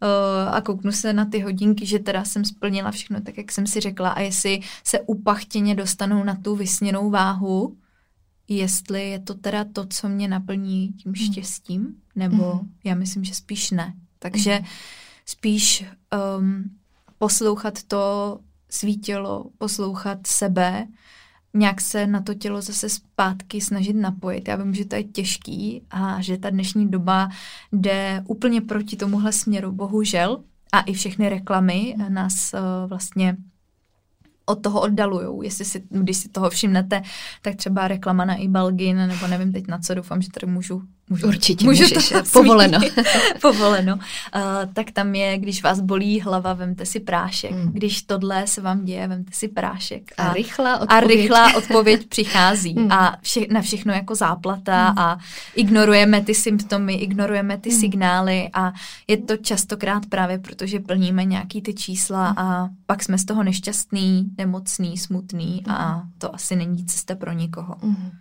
a kouknu se na ty hodinky, že teda jsem splnila všechno tak, jak jsem si řekla a jestli se upachtěně dostanu na tu vysněnou váhu, jestli je to teda to, co mě naplní tím štěstím, nebo já myslím, že spíš ne. Takže spíš poslouchat to svý tělo, poslouchat sebe nějak se na to tělo zase zpátky snažit napojit. Já vím, že to je těžký a že ta dnešní doba jde úplně proti tomuhle směru, bohužel. A i všechny reklamy nás vlastně od toho oddalujou. Když si toho všimnete, tak třeba reklama na Ibalgin, nebo nevím teď na co, doufám, že tady můžu určitě můžeš, povoleno. Povoleno. Tak tam je, když vás bolí hlava, vemte si prášek. Když tohle se vám děje, vemte si prášek. A rychlá odpověď přichází. A na všechno jako záplata a ignorujeme ty symptomy, ignorujeme ty signály a je to častokrát právě proto, že plníme nějaký ty čísla a pak jsme z toho nešťastný, nemocný, smutný a to asi není cesta pro nikoho.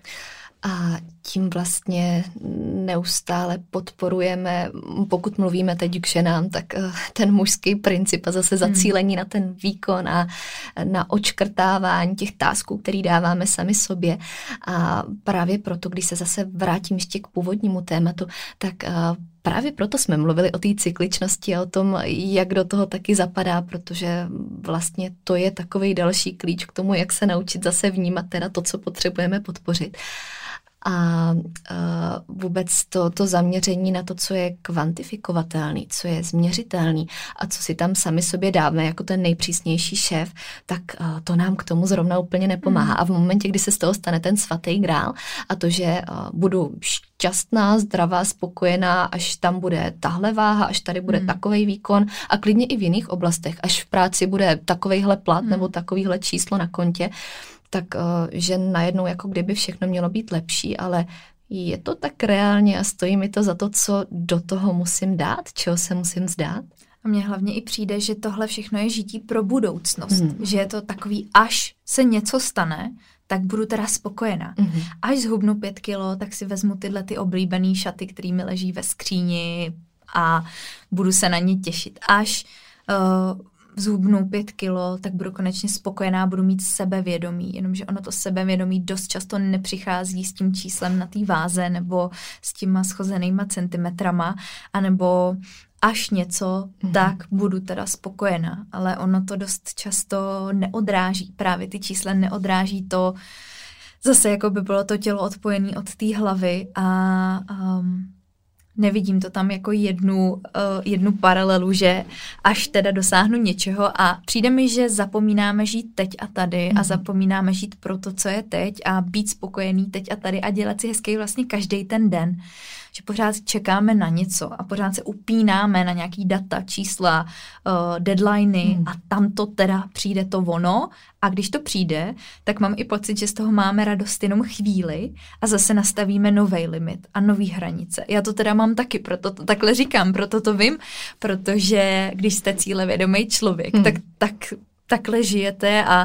A tím vlastně neustále podporujeme, pokud mluvíme teď k ženám, tak ten mužský princip a zase zacílení na ten výkon a na odškrtávání těch tasků, který dáváme sami sobě. A právě proto, když se zase vrátím ještě k původnímu tématu, tak právě proto jsme mluvili o té cykličnosti a o tom, jak do toho taky zapadá, protože vlastně to je takový další klíč k tomu, jak se naučit zase vnímat teda to, co potřebujeme podpořit. A vůbec to zaměření na to, co je kvantifikovatelný, co je změřitelný a co si tam sami sobě dáme jako ten nejpřísnější šéf, tak to nám k tomu zrovna úplně nepomáhá. A v momentě, kdy se z toho stane ten svatý grál a to, že budu šťastná, zdravá, spokojená, až tam bude tahle váha, až tady bude takovej výkon a klidně i v jiných oblastech, až v práci bude takovejhle plat nebo takovýhle číslo na kontě, tak že najednou jako kdyby všechno mělo být lepší, ale je to tak reálně a stojí mi to za to, co do toho musím dát, čeho se musím vzdát? A mně hlavně i přijde, že tohle všechno je žití pro budoucnost, že je to takový, až se něco stane, tak budu teda spokojená. Až zhubnu 5 kilo, tak si vezmu tyhle ty oblíbený šaty, které mi leží ve skříni a budu se na ně těšit. Až zhubnu 5 kilo, tak budu konečně spokojená, budu mít sebevědomí, jenomže ono to sebevědomí dost často nepřichází s tím číslem na té váze nebo s těma schozenýma centimetrama, anebo až něco, tak budu teda spokojená, ale ono to dost často neodráží, právě ty čísla neodráží to, zase jako by bylo to tělo odpojené od té hlavy a nevidím to tam jako jednu paralelu, že až teda dosáhnu něčeho a přijde mi, že zapomínáme žít teď a tady a zapomínáme žít pro to, co je teď a být spokojený teď a tady a dělat si hezký vlastně každý ten den. Že pořád čekáme na něco a pořád se upínáme na nějaký data, čísla, deadliny a tam to teda přijde to ono a když to přijde, tak mám i pocit, že z toho máme radost jenom chvíli a zase nastavíme novej limit a nový hranice. Já to teda mám taky, proto to takhle říkám, proto to vím, protože když jste cílevědomý člověk, tak takhle žijete a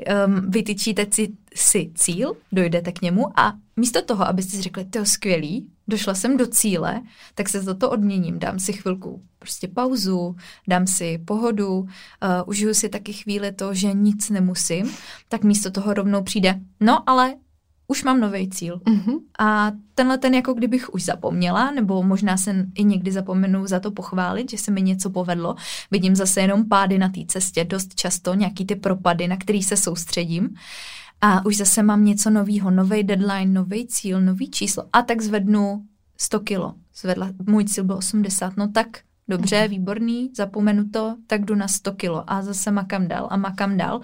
vytyčíte si cíl, dojdete k němu a místo toho, abyste si řekli, to je skvělý, došla jsem do cíle, tak se za to odměním, dám si chvilku prostě pauzu, dám si pohodu, užiju si taky chvíli to, že nic nemusím, tak místo toho rovnou přijde, no ale už mám nový cíl. A tenhle ten jako kdybych už zapomněla, nebo možná se i někdy zapomenu za to pochválit, že se mi něco povedlo. Vidím zase jenom pády na té cestě, dost často nějaký ty propady, na který se soustředím. A už zase mám něco novýho, nový deadline, nový cíl, nový číslo. A tak zvednu 100 kilo. Můj cíl byl 80, no tak dobře, výborný, zapomenu to, tak jdu na 100 kilo. A zase makám dál.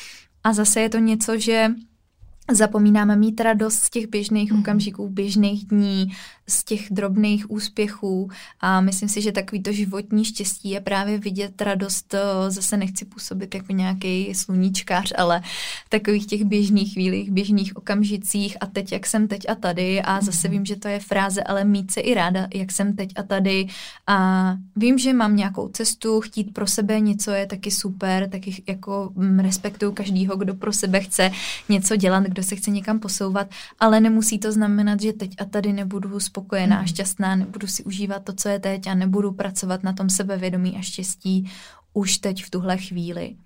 A zase je to něco, že zapomínáme mít radost z těch běžných okamžiků, běžných dní, z těch drobných úspěchů a myslím si, že takový to životní štěstí je právě vidět radost, zase nechci působit jako nějaký sluníčkář, ale takových těch běžných chvílích, běžných okamžicích a teď, jak jsem teď a tady a zase vím, že to je fráze, ale mít se i ráda, jak jsem teď a tady a vím, že mám nějakou cestu, chtít pro sebe něco je taky super, taky jako respektuju každýho, kdo pro sebe chce něco dělat, kdo se chce někam posouvat, ale nemusí to znamenat, že teď a tady nebudu spokojená, šťastná, nebudu si užívat to, co je teď a nebudu pracovat na tom sebevědomí a štěstí už teď v tuhle chvíli.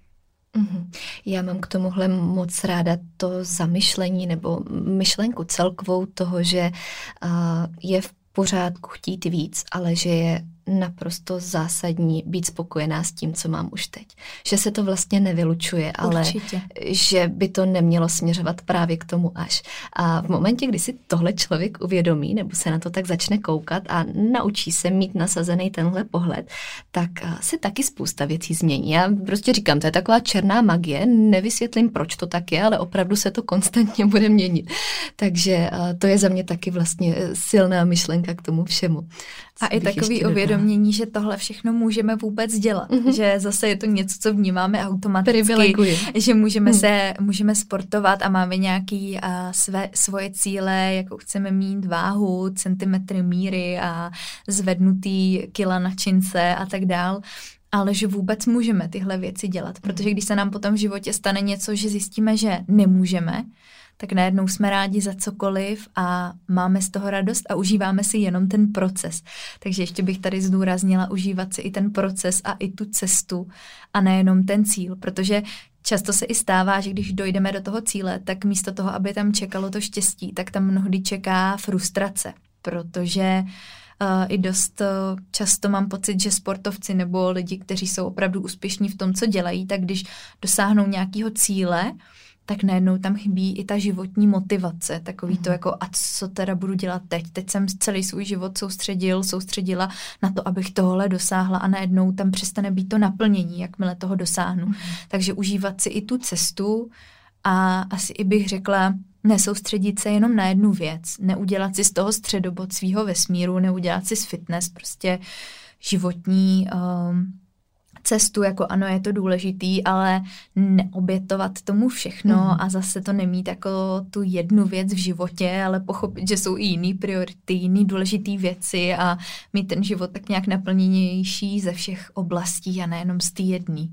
Já mám k tomuhle moc ráda to zamyšlení nebo myšlenku celkovou toho, že je v pořádku chtít víc, ale že je naprosto zásadní být spokojená s tím, co mám už teď. Že se to vlastně nevylučuje, ale že by to nemělo směřovat právě k tomu až. A v momentě, kdy si tohle člověk uvědomí, nebo se na to tak začne koukat a naučí se mít nasazený tenhle pohled, tak se taky spousta věcí změní. Já prostě říkám, to je taková černá magie, nevysvětlím, proč to tak je, ale opravdu se to konstantně bude měnit. Takže to je za mě taky vlastně silná myšlenka k tomu všemu. A i takový uvědomění, že tohle všechno můžeme vůbec dělat. Že zase je to něco, co vnímáme automaticky. Že můžeme sportovat a máme nějaký svoje cíle, jakou chceme mít váhu, centimetry míry a zvednutý kila na čince a tak dál. Ale že vůbec můžeme tyhle věci dělat. Protože když se nám potom v životě stane něco, že zjistíme, že nemůžeme, tak najednou jsme rádi za cokoliv a máme z toho radost a užíváme si jenom ten proces. Takže ještě bych tady zdůraznila užívat si i ten proces a i tu cestu a nejenom ten cíl, protože často se i stává, že když dojdeme do toho cíle, tak místo toho, aby tam čekalo to štěstí, tak tam mnohdy čeká frustrace, protože i dost často mám pocit, že sportovci nebo lidi, kteří jsou opravdu úspěšní v tom, co dělají, tak když dosáhnou nějakého cíle, tak najednou tam chybí i ta životní motivace, takový to jako a co teda budu dělat teď? Teď jsem celý svůj život soustředila na to, abych tohle dosáhla a najednou tam přestane být to naplnění, jakmile toho dosáhnu. Takže užívat si i tu cestu a asi i bych řekla, nesoustředit se jenom na jednu věc, neudělat si z toho středobod svýho vesmíru, neudělat si z fitness prostě životní cestu, jako ano, je to důležitý, ale neobětovat tomu všechno a zase to nemít jako tu jednu věc v životě, ale pochopit, že jsou i jiný priority, jiný důležitý věci a mít ten život tak nějak naplněnější ze všech oblastí a nejenom z té jedný.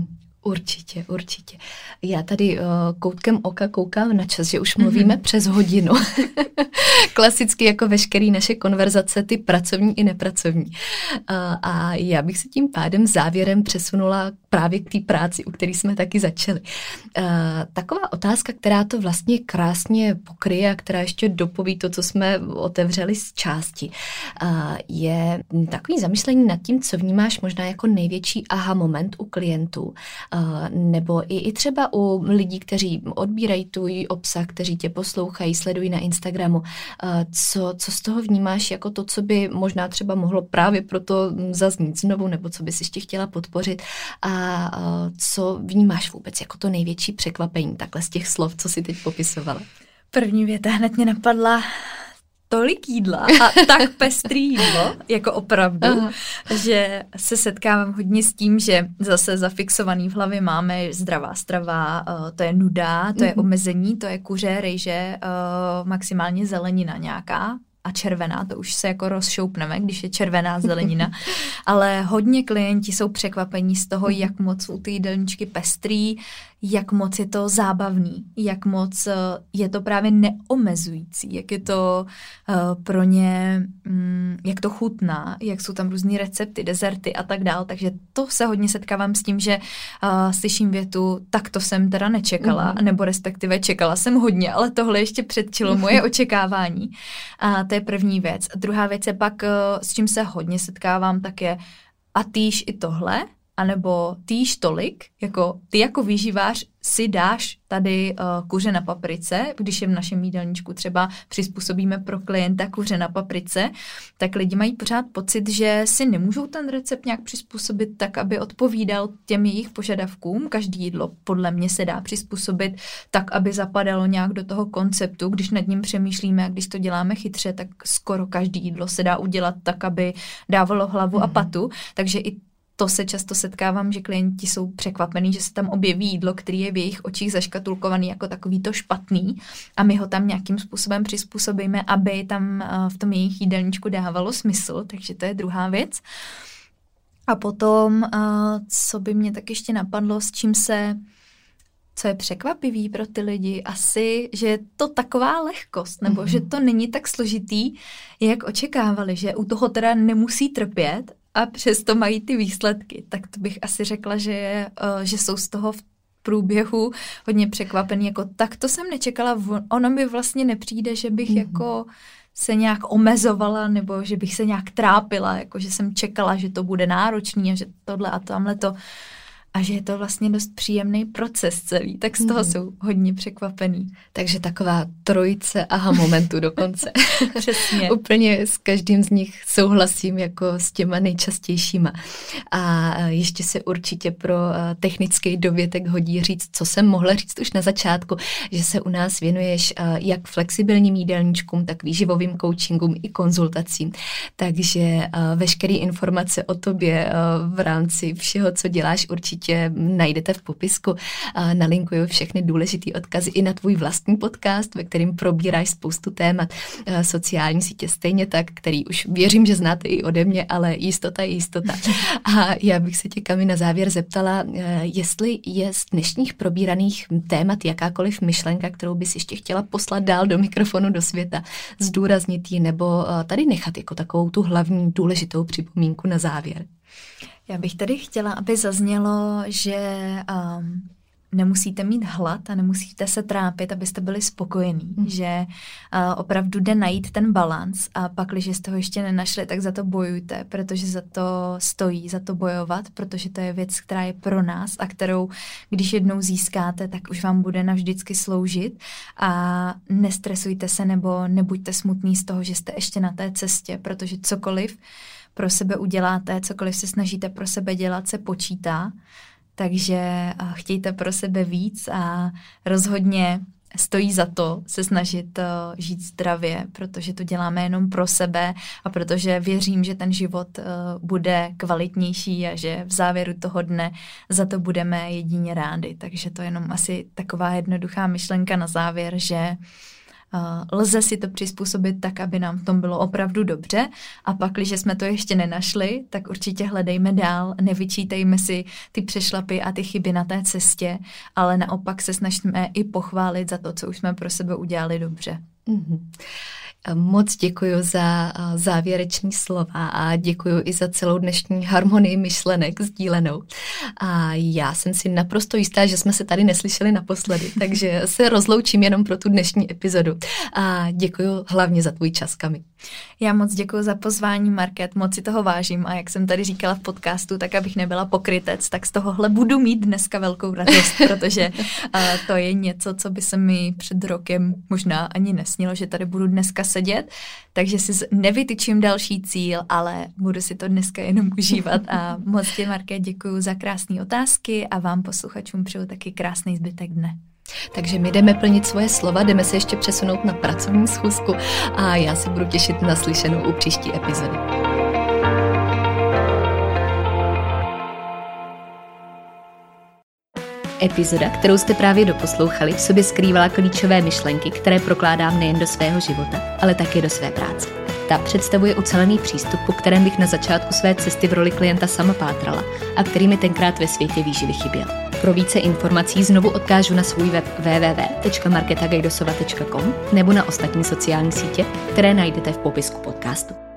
Určitě. Já tady koutkem oka koukám na čas, že už mluvíme přes hodinu. Klasicky jako veškerý naše konverzace, ty pracovní i nepracovní. A já bych se tím pádem závěrem přesunula právě k té práci, u které jsme taky začali. Taková otázka, která to vlastně krásně pokryje a která ještě dopoví to, co jsme otevřeli z části, je takový zamyšlení nad tím, co vnímáš možná jako největší aha moment u klientů, nebo i třeba u lidí, kteří odbírají tvůj obsah, kteří tě poslouchají, sledují na Instagramu. Co z toho vnímáš jako to, co by možná třeba mohlo právě proto zaznít znovu, nebo co bys ještě chtěla podpořit a co vnímáš vůbec jako to největší překvapení takhle z těch slov, co jsi teď popisovala? První věta hned mě napadla tolik jídla a tak pestrý jídlo, jako opravdu, že se setkávám hodně s tím, že zase zafixovaný v hlavě máme zdravá strava, to je nuda, to je omezení, to je kuře, rejže, maximálně zelenina nějaká a červená, to už se jako rozšoupneme, když je červená zelenina, ale hodně klienti jsou překvapení z toho, jak moc jsou ty jídelníčky pestrý, jak moc je to zábavný, jak moc je to právě neomezující, jak je to pro ně, jak to chutná, jak jsou tam různý recepty, dezerty a tak dál, takže to se hodně setkávám s tím, že slyším větu, tak to jsem teda nečekala, nebo respektive čekala jsem hodně, ale tohle ještě předčilo moje očekávání. A to je první věc. A druhá věc je pak, s čím se hodně setkávám, tak je a týž i tohle, anebo týž tolik, jako ty jako výživář si dáš tady kuře na paprice, když je v našem jídelníčku třeba přizpůsobíme pro klienta kuře na paprice, tak lidi mají pořád pocit, že si nemůžou ten recept nějak přizpůsobit tak, aby odpovídal těm jejich požadavkům. Každý jídlo podle mě se dá přizpůsobit tak, aby zapadalo nějak do toho konceptu. Když nad ním přemýšlíme a když to děláme chytře, tak skoro každý jídlo se dá udělat tak, aby dávalo hlavu a patu. Takže i to se často setkávám, že klienti jsou překvapení, že se tam objeví jídlo, který je v jejich očích zaškatulkovaný jako takový to špatný a my ho tam nějakým způsobem přizpůsobíme, aby tam v tom jejich jídelníčku dávalo smysl, takže to je druhá věc. A potom, co by mě tak ještě napadlo, s čím co je překvapivý pro ty lidi, asi, že je to taková lehkost, nebo že to není tak složitý, jak očekávali, že u toho teda nemusí trpět a přesto mají ty výsledky. Tak to bych asi řekla, že jsou z toho v průběhu hodně překvapený, jako tak to jsem nečekala, ono mi vlastně nepřijde, že bych jako se nějak omezovala nebo že bych se nějak trápila, jako že jsem čekala, že to bude náročný a že tohle a tamhleto. A že je to vlastně dost příjemný proces celý, tak z toho jsou hodně překvapený. Takže taková trojice aha momentu dokonce. Přesně. Úplně s každým z nich souhlasím jako s těma nejčastějšíma. A ještě se určitě pro technický dovětek hodí říct, co jsem mohla říct už na začátku, že se u nás věnuješ jak flexibilním jídelníčkům, tak výživovým coachingům i konzultacím. Takže veškeré informace o tobě v rámci všeho, co děláš, určitě najdete v popisku. Nalinkuju všechny důležité odkazy i na tvůj vlastní podcast, ve kterém probíráš spoustu témat. Sociální sítě stejně tak, který už věřím, že znáte i ode mě, ale jistota je jistota. A já bych se tě, Kami, na závěr zeptala, jestli je z dnešních probíraných témat jakákoliv myšlenka, kterou bys ještě chtěla poslat dál do mikrofonu, do světa, zdůraznit ji nebo tady nechat jako takovou tu hlavní důležitou připomínku na závěr. Já bych tady chtěla, aby zaznělo, že nemusíte mít hlad a nemusíte se trápit, abyste byli spokojení, že opravdu jde najít ten balans a pak, když jste ho ještě nenašli, tak za to bojujte, protože za to stojí, za to bojovat, protože to je věc, která je pro nás a kterou, když jednou získáte, tak už vám bude navždycky sloužit a nestresujte se nebo nebuďte smutný z toho, že jste ještě na té cestě, protože cokoliv pro sebe uděláte, cokoliv se snažíte pro sebe dělat, se počítá, takže chtějte pro sebe víc a rozhodně stojí za to se snažit žít zdravě, protože to děláme jenom pro sebe a protože věřím, že ten život bude kvalitnější a že v závěru toho dne za to budeme jedině rádi. Takže to je jenom asi taková jednoduchá myšlenka na závěr, že lze si to přizpůsobit tak, aby nám v tom bylo opravdu dobře a pak, když jsme to ještě nenašli, tak určitě hledejme dál, nevyčítejme si ty přešlapy a ty chyby na té cestě, ale naopak se snažíme i pochválit za to, co už jsme pro sebe udělali dobře. Mm-hmm. Moc děkuji za závěrečný slova a děkuji i za celou dnešní harmonii myšlenek sdílenou. A já jsem si naprosto jistá, že jsme se tady neslyšeli naposledy, takže se rozloučím jenom pro tu dnešní epizodu. A děkuji hlavně za tvůj čas, Kami. Já moc děkuji za pozvání, Market, moc si toho vážím a jak jsem tady říkala v podcastu, tak abych nebyla pokrytec, tak z tohohle budu mít dneska velkou radost, protože to je něco, co by se mi před rokem možná ani nesnilo, že tady budu dneska sedět, takže si nevytyčím další cíl, ale budu si to dneska jenom užívat a moc tě, Market, děkuji za krásné otázky a vám posluchačům přeju taky krásný zbytek dne. Takže my jdeme plnit svoje slova, jdeme se ještě přesunout na pracovní schůzku a já se budu těšit na slyšenou u příští epizody. Epizoda, kterou jste právě doposlouchali, v sobě skrývala klíčové myšlenky, které prokládám nejen do svého života, ale také do své práce. Ta představuje ucelený přístup, po kterém bych na začátku své cesty v roli klienta sama pátrala a který mi tenkrát ve světě výživy chyběl. Pro více informací znovu odkážu na svůj web www.marketagajdosova.com nebo na ostatní sociální sítě, které najdete v popisku podcastu.